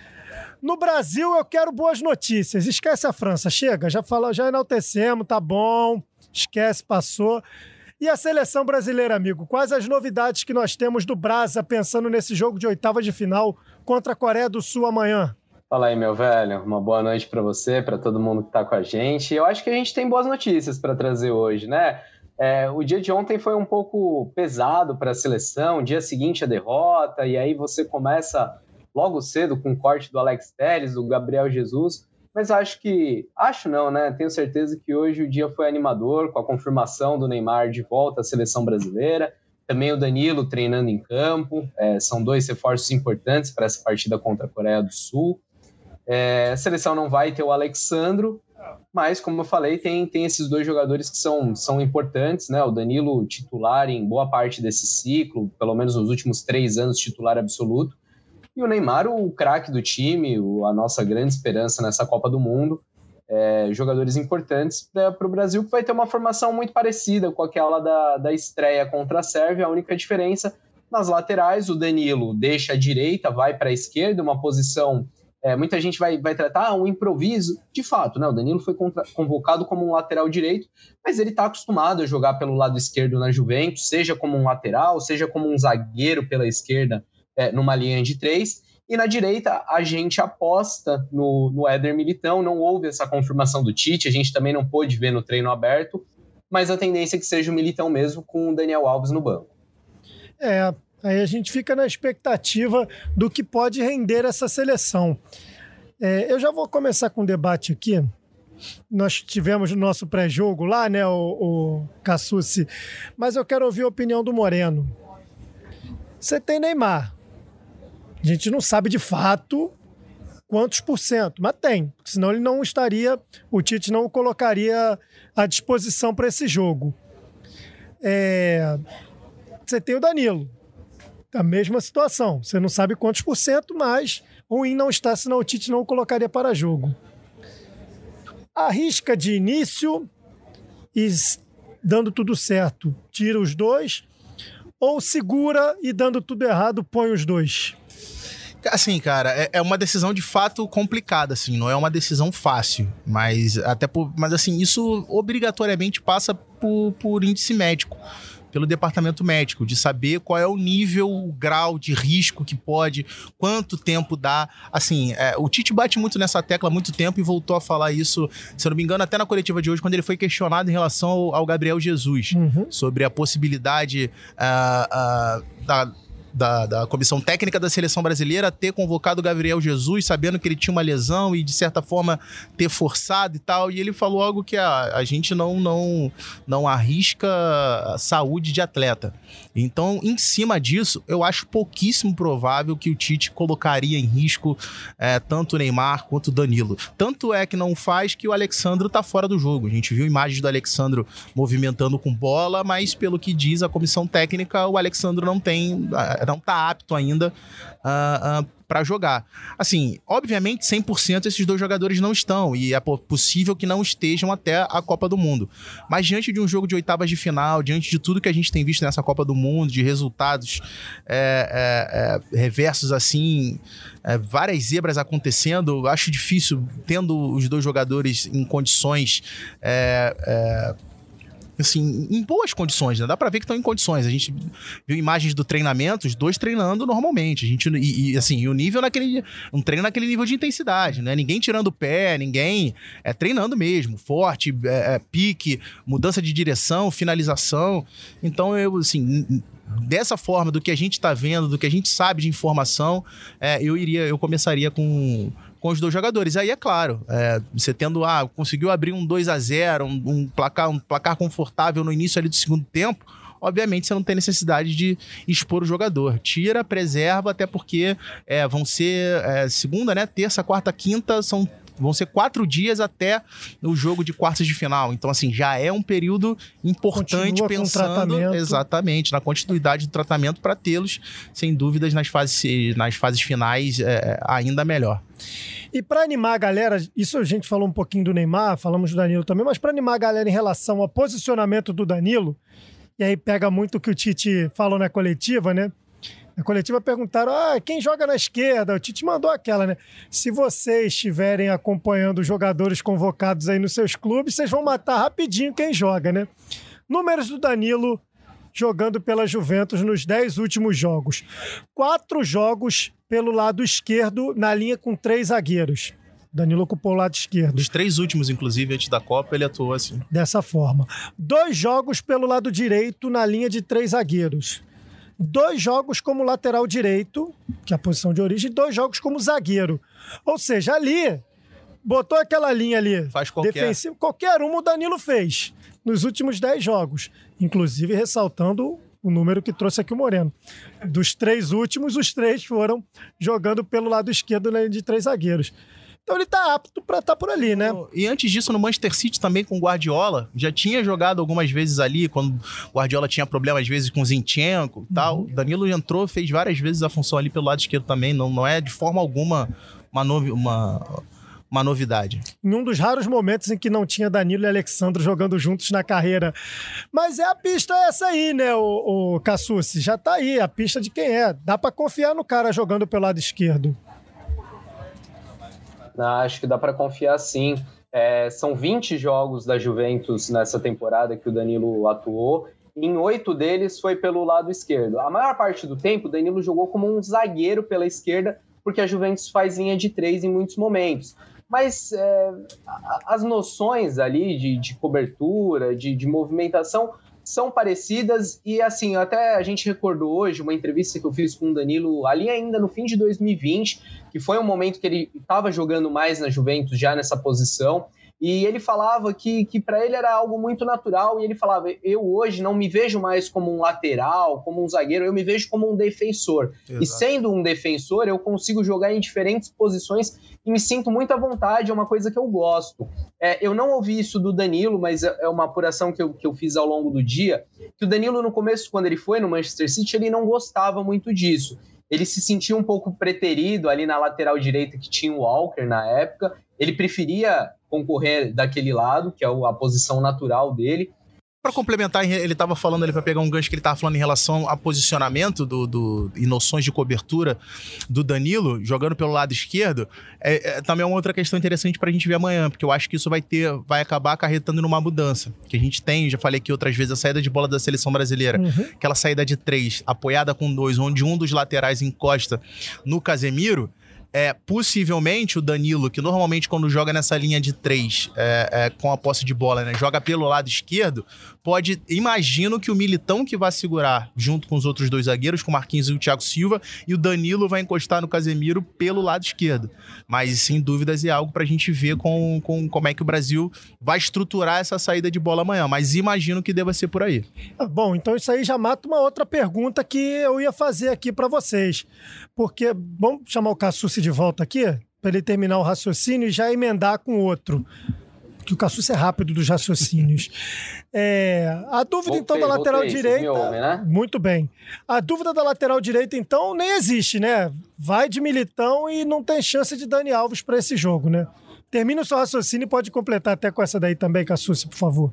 no Brasil eu quero boas notícias. Esquece a França, chega, já enaltecemos, tá bom, esquece, passou. E a seleção brasileira, amigo, quais as novidades que nós temos do Brasa pensando nesse jogo de oitava de final contra a Coreia do Sul amanhã? Fala aí, meu velho. Uma boa noite para você, para todo mundo que tá com a gente. Eu acho que a gente tem boas notícias para trazer hoje, né? O dia de ontem foi um pouco pesado para a seleção, dia seguinte a derrota, e aí você começa logo cedo com o corte do Alex Telles, do Gabriel Jesus, mas acho não, né? Tenho certeza que hoje o dia foi animador, com a confirmação do Neymar de volta à seleção brasileira, também o Danilo treinando em campo, são 2 reforços importantes para essa partida contra a Coreia do Sul. A seleção não vai ter o Alexandro, mas, como eu falei, tem esses 2 jogadores que são importantes, né? O Danilo titular em boa parte desse ciclo, pelo menos nos últimos 3 anos titular absoluto, e o Neymar, o craque do time, a nossa grande esperança nessa Copa do Mundo. Jogadores importantes para o Brasil, que vai ter uma formação muito parecida com aquela da estreia contra a Sérvia. A única diferença, Nas laterais, o Danilo deixa a direita, vai para a esquerda, uma posição... muita gente vai tratar um improviso. De fato, né? O Danilo foi convocado como um lateral direito, mas ele está acostumado a jogar pelo lado esquerdo na Juventus, seja como um lateral, seja como um zagueiro pela esquerda, numa linha de 3. E na direita, a gente aposta no Éder Militão. Não houve essa confirmação do Tite, a gente também não pôde ver no treino aberto, mas a tendência é que seja o Militão mesmo, com o Daniel Alves no banco. Aí a gente fica na expectativa do que pode render essa seleção. Eu já vou começar com um debate aqui. Nós tivemos o nosso pré-jogo lá, né, o Cassucci, mas eu quero ouvir a opinião do Moreno. Você tem Neymar. A gente não sabe de fato quantos por cento, mas tem, senão ele não estaria, o Tite não o colocaria à disposição para esse jogo. Você tem o Danilo, a mesma situação, você não sabe quantos por cento, mas ruim não está, senão o Tite não o colocaria para jogo. Arrisca de início e, dando tudo certo, tira os dois, ou segura e, dando tudo errado, põe os dois? Assim, cara, é uma decisão de fato complicada, assim, não é uma decisão fácil, mas assim, isso obrigatoriamente passa por índice médico, pelo departamento médico, de saber qual é o nível, o grau de risco que pode, quanto tempo dá. Assim, o Tite bate muito nessa tecla há muito tempo e voltou a falar isso, se eu não me engano, até na coletiva de hoje, quando ele foi questionado em relação ao Gabriel Jesus, sobre a possibilidade da comissão técnica da seleção brasileira ter convocado o Gabriel Jesus, sabendo que ele tinha uma lesão e, de certa forma, ter forçado e tal. E ele falou algo que a gente não arrisca a saúde de atleta. Então, em cima disso, eu acho pouquíssimo provável que o Tite colocaria em risco tanto o Neymar quanto o Danilo. Tanto é que não faz que o Alexandro tá fora do jogo. A gente viu imagens do Alexandro movimentando com bola, mas pelo que diz a comissão técnica, o Alexandro não tá apto ainda para jogar. Assim, obviamente 100% esses dois jogadores não estão e é possível que não estejam até a Copa do Mundo. Mas diante de um jogo de oitavas de final, diante de tudo que a gente tem visto nessa Copa do Mundo, de resultados reversos assim, várias zebras acontecendo, eu acho difícil, tendo os dois jogadores em condições assim, em boas condições, né? Dá pra ver que estão em condições. A gente viu imagens do treinamento, os dois treinando normalmente. E o nível um treino naquele nível de intensidade, né? Ninguém tirando o pé, ninguém treinando mesmo, forte, pique, mudança de direção, finalização. Então, dessa forma, do que a gente tá vendo, do que a gente sabe de informação, eu começaria com os dois jogadores. Aí, é claro, você conseguiu abrir um 2-0, um placar confortável no início ali do segundo tempo, obviamente você não tem necessidade de expor o jogador. Tira, preserva, até porque vão ser segunda, né, terça, quarta, quinta, vão ser 4 dias até o jogo de quartas de final. Então, assim, já é um período importante. Continua pensando exatamente na continuidade do tratamento para tê-los, sem dúvidas, nas fases finais ainda melhor. E para animar a galera, isso a gente falou um pouquinho do Neymar, falamos do Danilo também, mas para animar a galera em relação ao posicionamento do Danilo, e aí pega muito o que o Tite falou na coletiva, né? Na coletiva perguntaram, quem joga na esquerda? O Tite mandou aquela, né? Se vocês estiverem acompanhando os jogadores convocados aí nos seus clubes, vocês vão matar rapidinho quem joga, né? Números do Danilo jogando pela Juventus nos 10 últimos jogos. 4 jogos pelo lado esquerdo, na linha com 3 zagueiros. Danilo ocupou o lado esquerdo. Os 3 últimos, inclusive, antes da Copa, ele atuou assim. Dessa forma. 2 jogos pelo lado direito, na linha de 3 zagueiros. 2 jogos como lateral direito, que é a posição de origem, 2 jogos como zagueiro. Ou seja, ali, botou aquela linha ali, faz defensiva, qualquer uma o Danilo fez nos últimos 10 jogos. Inclusive ressaltando o número que trouxe aqui o Moreno. Dos 3 últimos, os 3 foram jogando pelo lado esquerdo, na linha de 3 zagueiros. Então ele tá apto pra estar por ali, né? E antes disso, no Manchester City também com o Guardiola, já tinha jogado algumas vezes ali, quando o Guardiola tinha problema às vezes com o Zinchenko e tal. Danilo entrou, fez várias vezes a função ali pelo lado esquerdo também. Não é de forma alguma uma novidade. Em um dos raros momentos em que não tinha Danilo e Alexandro jogando juntos na carreira. Mas a pista é essa aí, né, o Cassucci? Já tá aí, a pista de quem é. Dá pra confiar no cara jogando pelo lado esquerdo. Acho que dá para confiar sim. São 20 jogos da Juventus nessa temporada que o Danilo atuou. Em 8 deles foi pelo lado esquerdo. A maior parte do tempo, o Danilo jogou como um zagueiro pela esquerda, porque a Juventus faz linha de 3 em muitos momentos. Mas as noções ali de cobertura, de movimentação, são parecidas. E assim, até a gente recordou hoje uma entrevista que eu fiz com o Danilo ali ainda no fim de 2020, que foi um momento que ele estava jogando mais na Juventus já nessa posição. E ele falava que para ele era algo muito natural, e ele falava, eu hoje não me vejo mais como um lateral, como um zagueiro, eu me vejo como um defensor. Exato. E sendo um defensor, eu consigo jogar em diferentes posições e me sinto muito à vontade, é uma coisa que eu gosto. Eu não ouvi isso do Danilo, mas é uma apuração que eu fiz ao longo do dia, que o Danilo no começo, quando ele foi no Manchester City, ele não gostava muito disso. Ele se sentia um pouco preterido ali na lateral direita que tinha o Walker na época, ele preferia concorrer daquele lado, que é a posição natural dele. Para complementar, ele estava falando ali, para pegar um gancho que ele estava falando em relação a posicionamento e noções de cobertura do Danilo, jogando pelo lado esquerdo, também é uma outra questão interessante para a gente ver amanhã, porque eu acho que isso vai acabar acarretando numa mudança, que a gente tem, já falei aqui outras vezes, a saída de bola da seleção brasileira, aquela saída de 3, apoiada com 2, onde um dos laterais encosta no Casemiro. Possivelmente o Danilo, que normalmente quando joga nessa linha de 3 com a posse de bola, né, joga pelo lado esquerdo, imagino que o Militão que vai segurar junto com os outros 2 zagueiros, com o Marquinhos e o Thiago Silva, e o Danilo vai encostar no Casemiro pelo lado esquerdo. Mas sem dúvidas é algo pra gente ver com como é que o Brasil vai estruturar essa saída de bola amanhã, mas imagino que deva ser por aí. Bom, então isso aí já mata uma outra pergunta que eu ia fazer aqui pra vocês, porque vamos chamar o Cassucci de volta aqui, para ele terminar o raciocínio e já emendar com outro. Porque o Cassucci é rápido dos raciocínios. A dúvida, então, da lateral direita... Ouve, né? Muito bem. A dúvida da lateral direita, então, nem existe, né? Vai de Militão e não tem chance de Dani Alves para esse jogo, né? Termina o seu raciocínio e pode completar até com essa daí também, Cassucci, por favor.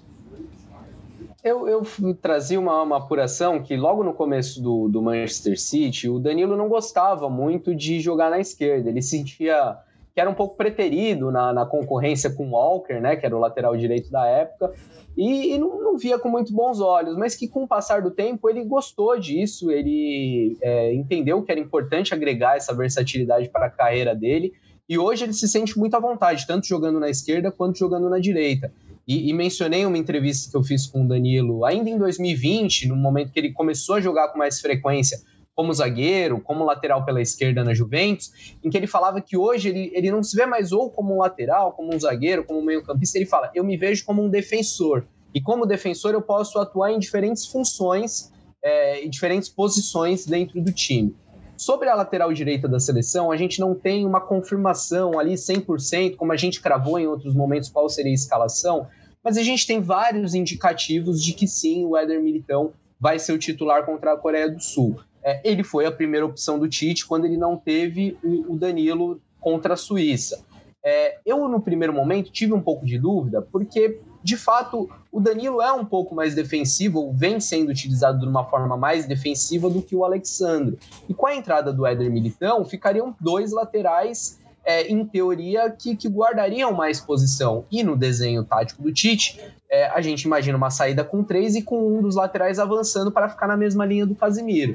Eu trazia uma apuração que logo no começo do Manchester City, o Danilo não gostava muito de jogar na esquerda. Ele sentia que era um pouco preterido na concorrência com o Walker, né, que era o lateral direito da época, e não via com muito bons olhos, mas que com o passar do tempo ele gostou disso, ele entendeu que era importante agregar essa versatilidade para a carreira dele, e hoje ele se sente muito à vontade, tanto jogando na esquerda quanto jogando na direita. E mencionei uma entrevista que eu fiz com o Danilo ainda em 2020, no momento que ele começou a jogar com mais frequência como zagueiro, como lateral pela esquerda na Juventus, em que ele falava que hoje ele não se vê mais ou como um lateral, como um zagueiro, como um meio-campista. Ele fala, eu me vejo como um defensor. E como defensor eu posso atuar em diferentes funções, em diferentes posições dentro do time. Sobre a lateral direita da seleção, a gente não tem uma confirmação ali 100%, como a gente cravou em outros momentos qual seria a escalação, mas a gente tem vários indicativos de que sim, o Éder Militão vai ser o titular contra a Coreia do Sul. Ele foi a primeira opção do Tite quando ele não teve o Danilo contra a Suíça. Eu, no primeiro momento, tive um pouco de dúvida, porque, de fato, o Danilo é um pouco mais defensivo, vem sendo utilizado de uma forma mais defensiva do que o Alexandre. E com a entrada do Éder Militão, ficariam 2 laterais, em teoria, que guardariam mais posição. E no desenho tático do Tite, a gente imagina uma saída com 3 e com um dos laterais avançando para ficar na mesma linha do Casemiro.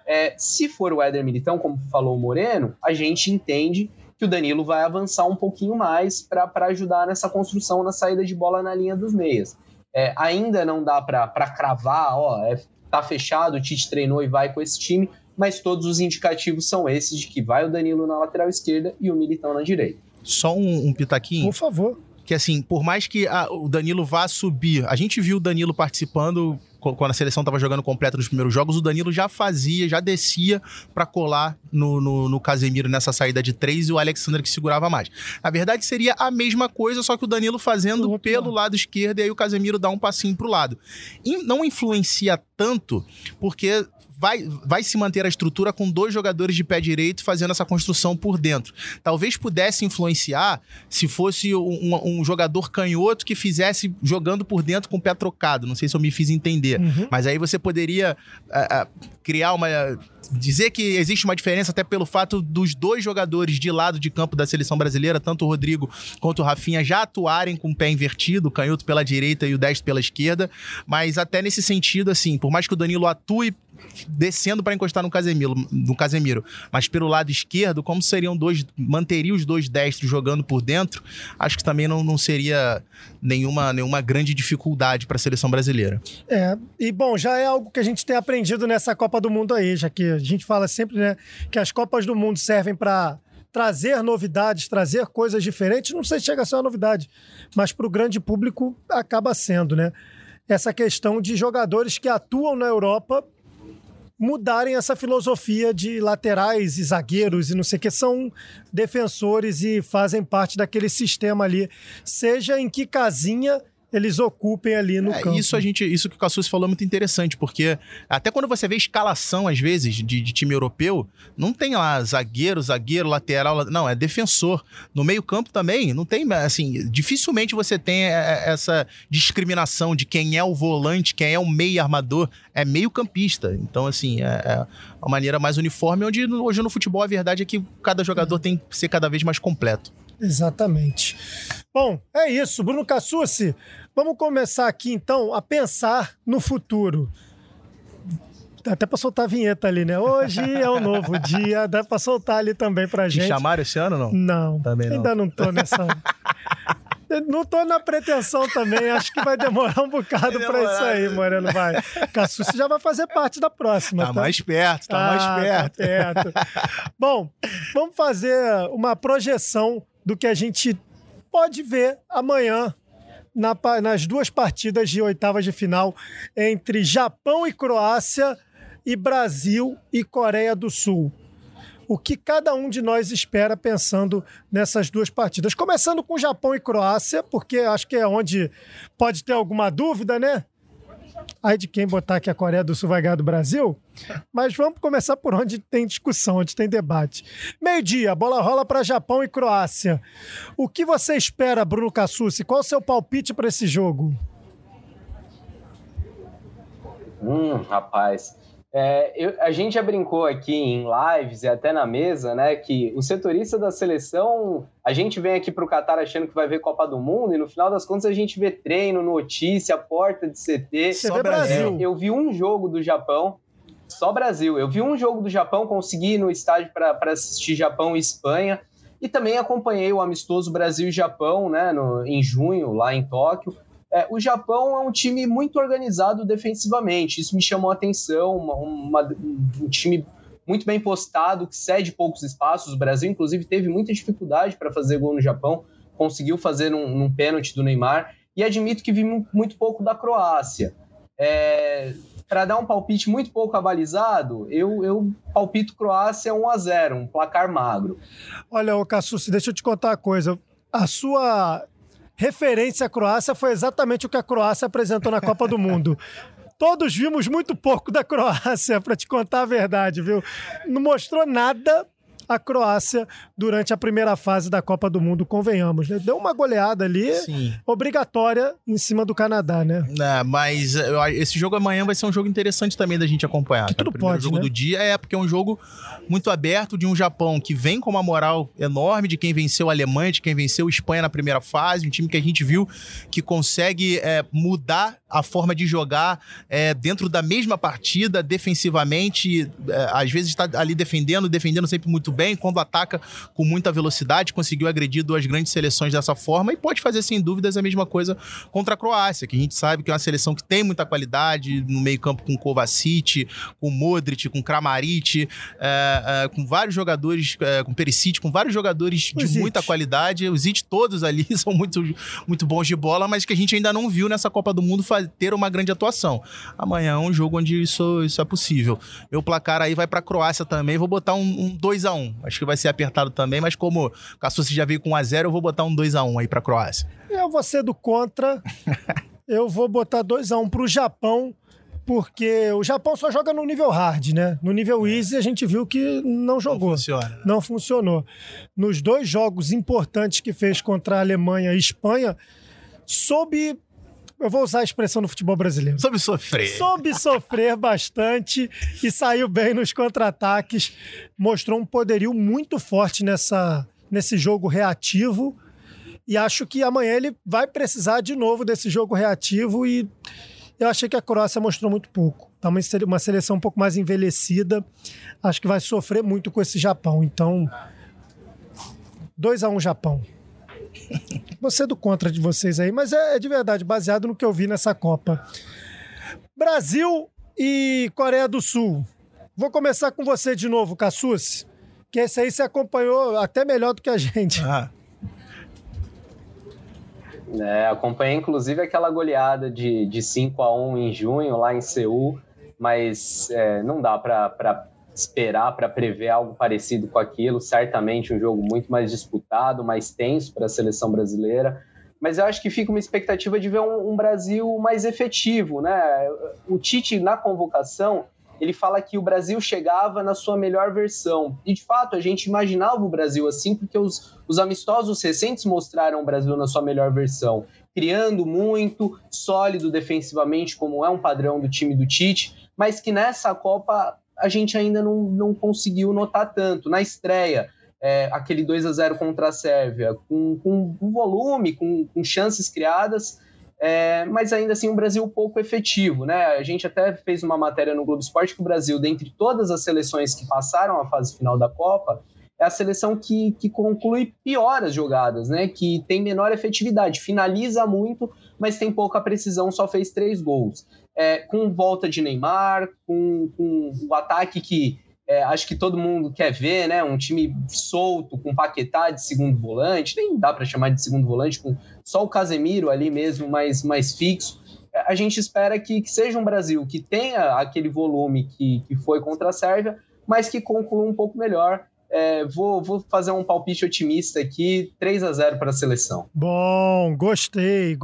Se for o Éder Militão, como falou o Moreno, a gente entende que o Danilo vai avançar um pouquinho mais para ajudar nessa construção, na saída de bola na linha dos meias. Ainda não dá para cravar, tá fechado, o Tite treinou e vai com esse time, mas todos os indicativos são esses de que vai o Danilo na lateral esquerda e o Militão na direita. Só um pitaquinho? Por favor. Que assim, por mais que o Danilo vá subir, a gente viu o Danilo participando quando a seleção estava jogando completa nos primeiros jogos, o Danilo já descia para colar no Casemiro nessa saída de 3 e o Alexandre que segurava mais. Na verdade, seria a mesma coisa, só que o Danilo fazendo pelo lado esquerdo e aí o Casemiro dá um passinho pro lado. Não influencia tanto, porque vai se manter a estrutura com 2 jogadores de pé direito fazendo essa construção por dentro. Talvez pudesse influenciar se fosse um jogador canhoto que fizesse jogando por dentro com o pé trocado. Não sei se eu me fiz entender. Mas aí você poderia criar dizer que existe uma diferença até pelo fato dos 2 jogadores de lado de campo da seleção brasileira, tanto o Rodrigo quanto o Rafinha, já atuarem com o pé invertido, o canhoto pela direita e o destro pela esquerda. Mas até nesse sentido, assim, por mais que o Danilo atue descendo para encostar no Casemiro, mas pelo lado esquerdo, como manteria os 2 destros jogando por dentro, acho que também não seria nenhuma grande dificuldade para a seleção brasileira. E bom, já é algo que a gente tem aprendido nessa Copa do Mundo aí, já que a gente fala sempre, né, que as Copas do Mundo servem para trazer novidades, trazer coisas diferentes. Não sei se chega a ser uma novidade, mas para o grande público acaba sendo, né? Essa questão de jogadores que atuam na Europa mudarem essa filosofia de laterais e zagueiros e não sei o que, são defensores e fazem parte daquele sistema ali, seja em que casinha eles ocupem ali no campo. Isso que o Cassucci falou é muito interessante, porque até quando você vê escalação, às vezes, de time europeu, não tem lá zagueiro, lateral, não, é defensor. No meio-campo também, não tem, assim, dificilmente você tem essa discriminação de quem é o volante, quem é o meio armador, é meio-campista. Então, assim, é uma maneira mais uniforme, onde hoje no futebol a verdade é que cada jogador tem que ser cada vez mais completo. Exatamente. Bom, é isso. Bruno Cassucci, vamos começar aqui, então, a pensar no futuro. Até para soltar a vinheta ali, né? Hoje é um novo dia, dá para soltar ali também pra gente. Te chamaram esse ano, não? Não. Também não. Ainda não tô nessa... Não tô na pretensão também, acho que vai demorar um bocado pra isso aí, Moreno, vai. Cassucci já vai fazer parte da próxima. Tá mais perto, Tá perto. Bom, vamos fazer uma projeção do que a gente pode ver amanhã nas 2 partidas de oitavas de final entre Japão e Croácia e Brasil e Coreia do Sul. O que cada um de nós espera pensando nessas 2 partidas. Começando com Japão e Croácia, porque acho que é onde pode ter alguma dúvida, né? Aí de quem botar que a Coreia do Sul vai ganhar do Brasil. Mas vamos começar por onde tem discussão, onde tem debate. 12:00, a bola rola para Japão e Croácia. O que você espera, Bruno Cassucci? Qual o seu palpite para esse jogo? Rapaz... a gente já brincou aqui em lives e até na mesa, né, que o setorista da seleção, a gente vem aqui pro Catar achando que vai ver Copa do Mundo e no final das contas a gente vê treino, notícia, porta de CT. Só Brasil. Eu vi um jogo do Japão, só Brasil. Eu vi um jogo do Japão, consegui ir no estádio para assistir Japão e Espanha e também acompanhei o amistoso Brasil e Japão, né, em junho, lá em Tóquio. O Japão é um time muito organizado defensivamente, isso me chamou a atenção, um time muito bem postado, que cede poucos espaços. O Brasil, inclusive, teve muita dificuldade para fazer gol no Japão, conseguiu fazer num pênalti do Neymar, e admito que vi muito pouco da Croácia. Para dar um palpite muito pouco abalizado, eu palpito Croácia 1-0, um placar magro. Olha, Cassucci, deixa eu te contar uma coisa. A sua referência à Croácia foi exatamente o que a Croácia apresentou na Copa do Mundo. Todos vimos muito pouco da Croácia, para te contar a verdade, viu? Não mostrou nada a Croácia durante a primeira fase da Copa do Mundo, convenhamos, né? Deu uma goleada ali, sim, obrigatória em cima do Canadá, né? Mas esse jogo amanhã vai ser um jogo interessante também da gente acompanhar. Que tudo o primeiro pode, jogo, né, do dia, porque é um jogo muito aberto de um Japão que vem com uma moral enorme de quem venceu a Alemanha, de quem venceu a Espanha na primeira fase, um time que a gente viu que consegue mudar a forma de jogar dentro da mesma partida, defensivamente, às vezes está ali defendendo sempre muito bem, quando ataca com muita velocidade, conseguiu agredir 2 grandes seleções dessa forma e pode fazer, sem dúvidas, a mesma coisa contra a Croácia, que a gente sabe que é uma seleção que tem muita qualidade no meio-campo, com Kovacic, com Modric, com Kramaric, com vários jogadores, com Perisic, com vários jogadores de muita qualidade. Os Zic todos ali são muito, muito bons de bola, mas que a gente ainda não viu nessa Copa do Mundo ter uma grande atuação. Amanhã é um jogo onde isso é possível. Meu placar aí vai pra Croácia também, vou botar um 2-1. Acho que vai ser apertado também, mas como o Cassucci já veio com 1-0, eu vou botar um 2-1 aí pra Croácia. Eu vou ser do contra. Eu vou botar 2-1 pro Japão, porque o Japão só joga no nível hard, né? No nível easy a gente viu que não jogou. Não funciona. Não funcionou. Nos 2 jogos importantes que fez contra a Alemanha e Espanha, soube... Eu vou usar a expressão no futebol brasileiro. Soube sofrer. Soube sofrer bastante e saiu bem nos contra-ataques. Mostrou um poderio muito forte nesse jogo reativo. E acho que amanhã ele vai precisar de novo desse jogo reativo. E eu achei que a Croácia mostrou muito pouco. Tá uma seleção um pouco mais envelhecida. Acho que vai sofrer muito com esse Japão. Então, 2-1 Japão. Vou ser do contra de vocês aí, mas é de verdade, baseado no que eu vi nessa Copa. Brasil e Coreia do Sul. Vou começar com você de novo, Cassucci, que esse aí você acompanhou até melhor do que a gente. Acompanhei inclusive aquela goleada de 5-1 em junho, lá em Seul, mas não dá para esperar, para prever algo parecido com aquilo. Certamente um jogo muito mais disputado, mais tenso para a seleção brasileira, mas eu acho que fica uma expectativa de ver um Brasil mais efetivo, né? O Tite, na convocação, ele fala que o Brasil chegava na sua melhor versão, e de fato a gente imaginava o Brasil assim, porque os amistosos recentes mostraram o Brasil na sua melhor versão, criando muito, sólido defensivamente, como é um padrão do time do Tite, mas que nessa Copa a gente ainda não conseguiu notar tanto. Na estreia, aquele 2-0 contra a Sérvia, com volume, com chances criadas, mas ainda assim um Brasil pouco efetivo, né? A gente até fez uma matéria no Globo Esporte que o Brasil, dentre todas as seleções que passaram a fase final da Copa, é a seleção que conclui pior as jogadas, né? Que tem menor efetividade, finaliza muito, mas tem pouca precisão, só fez 3 gols. Com volta de Neymar, com o ataque que acho que todo mundo quer ver, né? Um time solto, com Paquetá de segundo volante, nem dá para chamar de segundo volante, com só o Casemiro ali mesmo, mais fixo. A gente espera que seja um Brasil que tenha aquele volume que foi contra a Sérvia, mas que conclua um pouco melhor. Vou fazer um palpite otimista aqui, 3-0 para a seleção. Bom, gostei,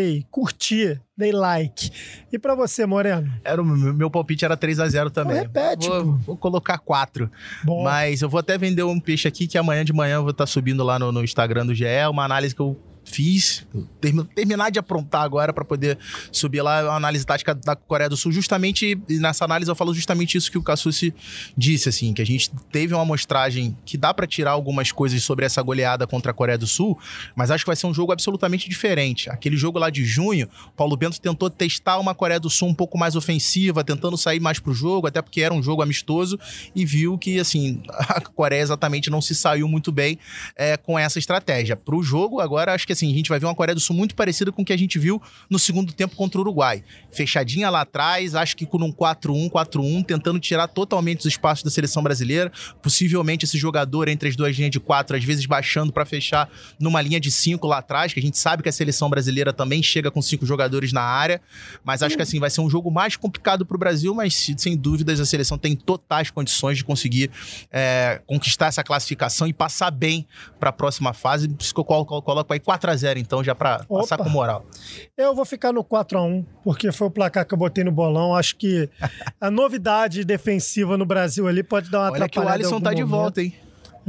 curti, dei like. E para você, Moreno? Meu palpite era 3-0 também. Repete, vou colocar 4. Bom. Mas eu vou até vender um peixe aqui, que amanhã de manhã eu vou estar subindo lá no Instagram do GE, uma análise que eu fiz, terminar de aprontar agora para poder subir lá a análise tática da Coreia do Sul. Justamente, nessa análise eu falo justamente isso que o Cassucci disse, assim, que a gente teve uma amostragem que dá para tirar algumas coisas sobre essa goleada contra a Coreia do Sul, mas acho que vai ser um jogo absolutamente diferente. Aquele jogo lá de junho, Paulo Bento tentou testar uma Coreia do Sul um pouco mais ofensiva, tentando sair mais pro jogo, até porque era um jogo amistoso, e viu que, assim, a Coreia exatamente não se saiu muito bem com essa estratégia. Pro jogo, agora, acho que assim, a gente vai ver uma Coreia do Sul muito parecida com o que a gente viu no segundo tempo contra o Uruguai. Fechadinha lá atrás, acho que com um 4-1, tentando tirar totalmente os espaços da seleção brasileira. Possivelmente esse jogador entre as duas linhas de 4, às vezes baixando para fechar numa linha de 5 lá atrás, que a gente sabe que a seleção brasileira também chega com 5 jogadores na área. Mas acho que assim, vai ser um jogo mais complicado pro Brasil, mas sem dúvidas a seleção tem totais condições de conseguir conquistar essa classificação e passar bem para a próxima fase. Por isso que eu coloco aí 4-0, então, já para passar com moral. Eu vou ficar no 4-1, porque foi o placar que eu botei no bolão. Acho que a novidade defensiva no Brasil ali pode dar uma atrapalhada. Olha que o Alisson tá de volta, hein?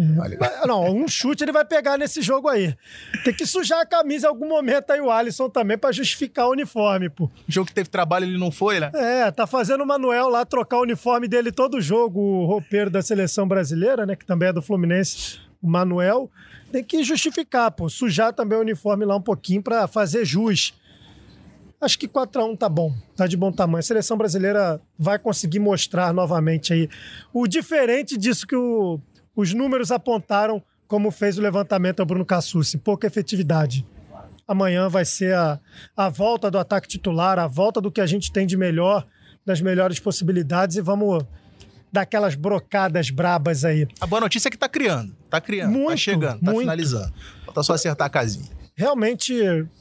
Não, um chute ele vai pegar nesse jogo aí. Tem que sujar a camisa em algum momento aí o Alisson também pra justificar o uniforme, pô. O jogo que teve trabalho ele não foi, né? Tá fazendo o Manuel lá trocar o uniforme dele todo jogo, o roupeiro da seleção brasileira, né, que também é do Fluminense, o Manuel. Tem que justificar, pô, sujar também o uniforme lá um pouquinho pra fazer jus. Acho que 4-1 tá bom, tá de bom tamanho. A seleção brasileira vai conseguir mostrar novamente aí o diferente disso que os números apontaram, como fez o levantamento ao Bruno Cassucci, pouca efetividade. Amanhã vai ser a volta do ataque titular, a volta do que a gente tem de melhor, das melhores possibilidades, e vamos dar aquelas brocadas brabas aí. A boa notícia é que tá criando, muito, tá chegando, tá finalizando. Falta só acertar a casinha. Realmente,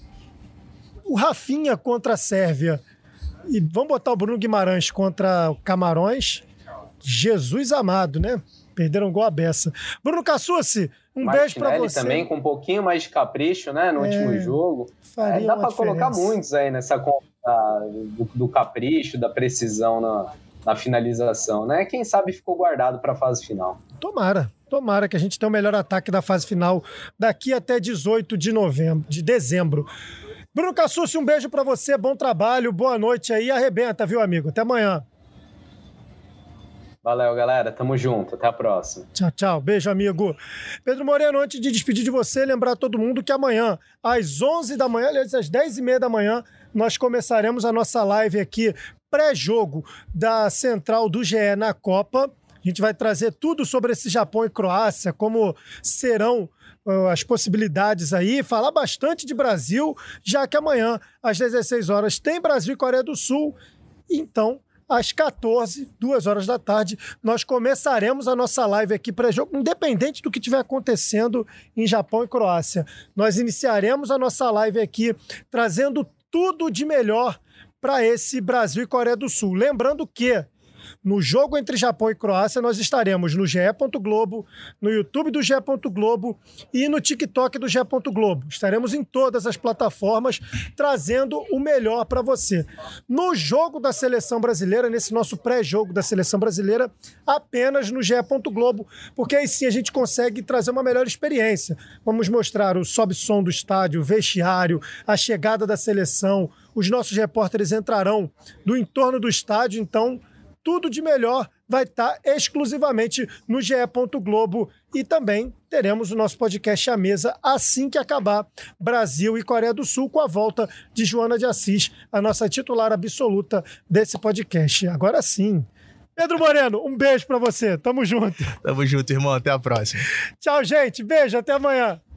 o Rafinha contra a Sérvia, e vamos botar o Bruno Guimarães contra o Camarões, Jesus amado, né? Perderam gol à beça. Bruno Cassucci, beijo pra você. Também com um pouquinho mais de capricho, né, no último jogo. Dá pra colocar muitos aí nessa conta do capricho, da precisão na finalização, né? Quem sabe ficou guardado pra fase final. Tomara que a gente tenha o melhor ataque da fase final daqui até 18 de dezembro. Bruno Cassucci, um beijo pra você, bom trabalho, boa noite aí, arrebenta, viu, amigo? Até amanhã. Valeu, galera. Tamo junto. Até a próxima. Tchau, tchau. Beijo, amigo. Pedro Moreno, antes de despedir de você, lembrar todo mundo que amanhã, às 11 da manhã, aliás, às 10h30 da manhã, nós começaremos a nossa live aqui, pré-jogo da Central do GE na Copa. A gente vai trazer tudo sobre esse Japão e Croácia, como serão as possibilidades aí, falar bastante de Brasil, já que amanhã, às 16 horas, tem Brasil e Coreia do Sul. Então, às 14, 2 horas da tarde, nós começaremos a nossa live aqui pré-jogo, independente do que estiver acontecendo em Japão e Croácia. Nós iniciaremos a nossa live aqui trazendo tudo de melhor para esse Brasil e Coreia do Sul. Lembrando que no jogo entre Japão e Croácia, nós estaremos no GE. Globo, no YouTube do GE. Globo e no TikTok do GE. Globo. Estaremos em todas as plataformas trazendo o melhor para você. No jogo da Seleção Brasileira, nesse nosso pré-jogo da Seleção Brasileira, apenas no GE. Globo, porque aí sim a gente consegue trazer uma melhor experiência. Vamos mostrar o sobe-som do estádio, o vestiário, a chegada da seleção. Os nossos repórteres entrarão no entorno do estádio, então tudo de melhor vai estar exclusivamente no GE. Globo e também teremos o nosso podcast à mesa assim que acabar Brasil e Coreia do Sul, com a volta de Joana de Assis, a nossa titular absoluta desse podcast. Agora sim. Pedro Moreno, um beijo pra você. Tamo junto. Tamo junto, irmão. Até a próxima. Tchau, gente. Beijo. Até amanhã.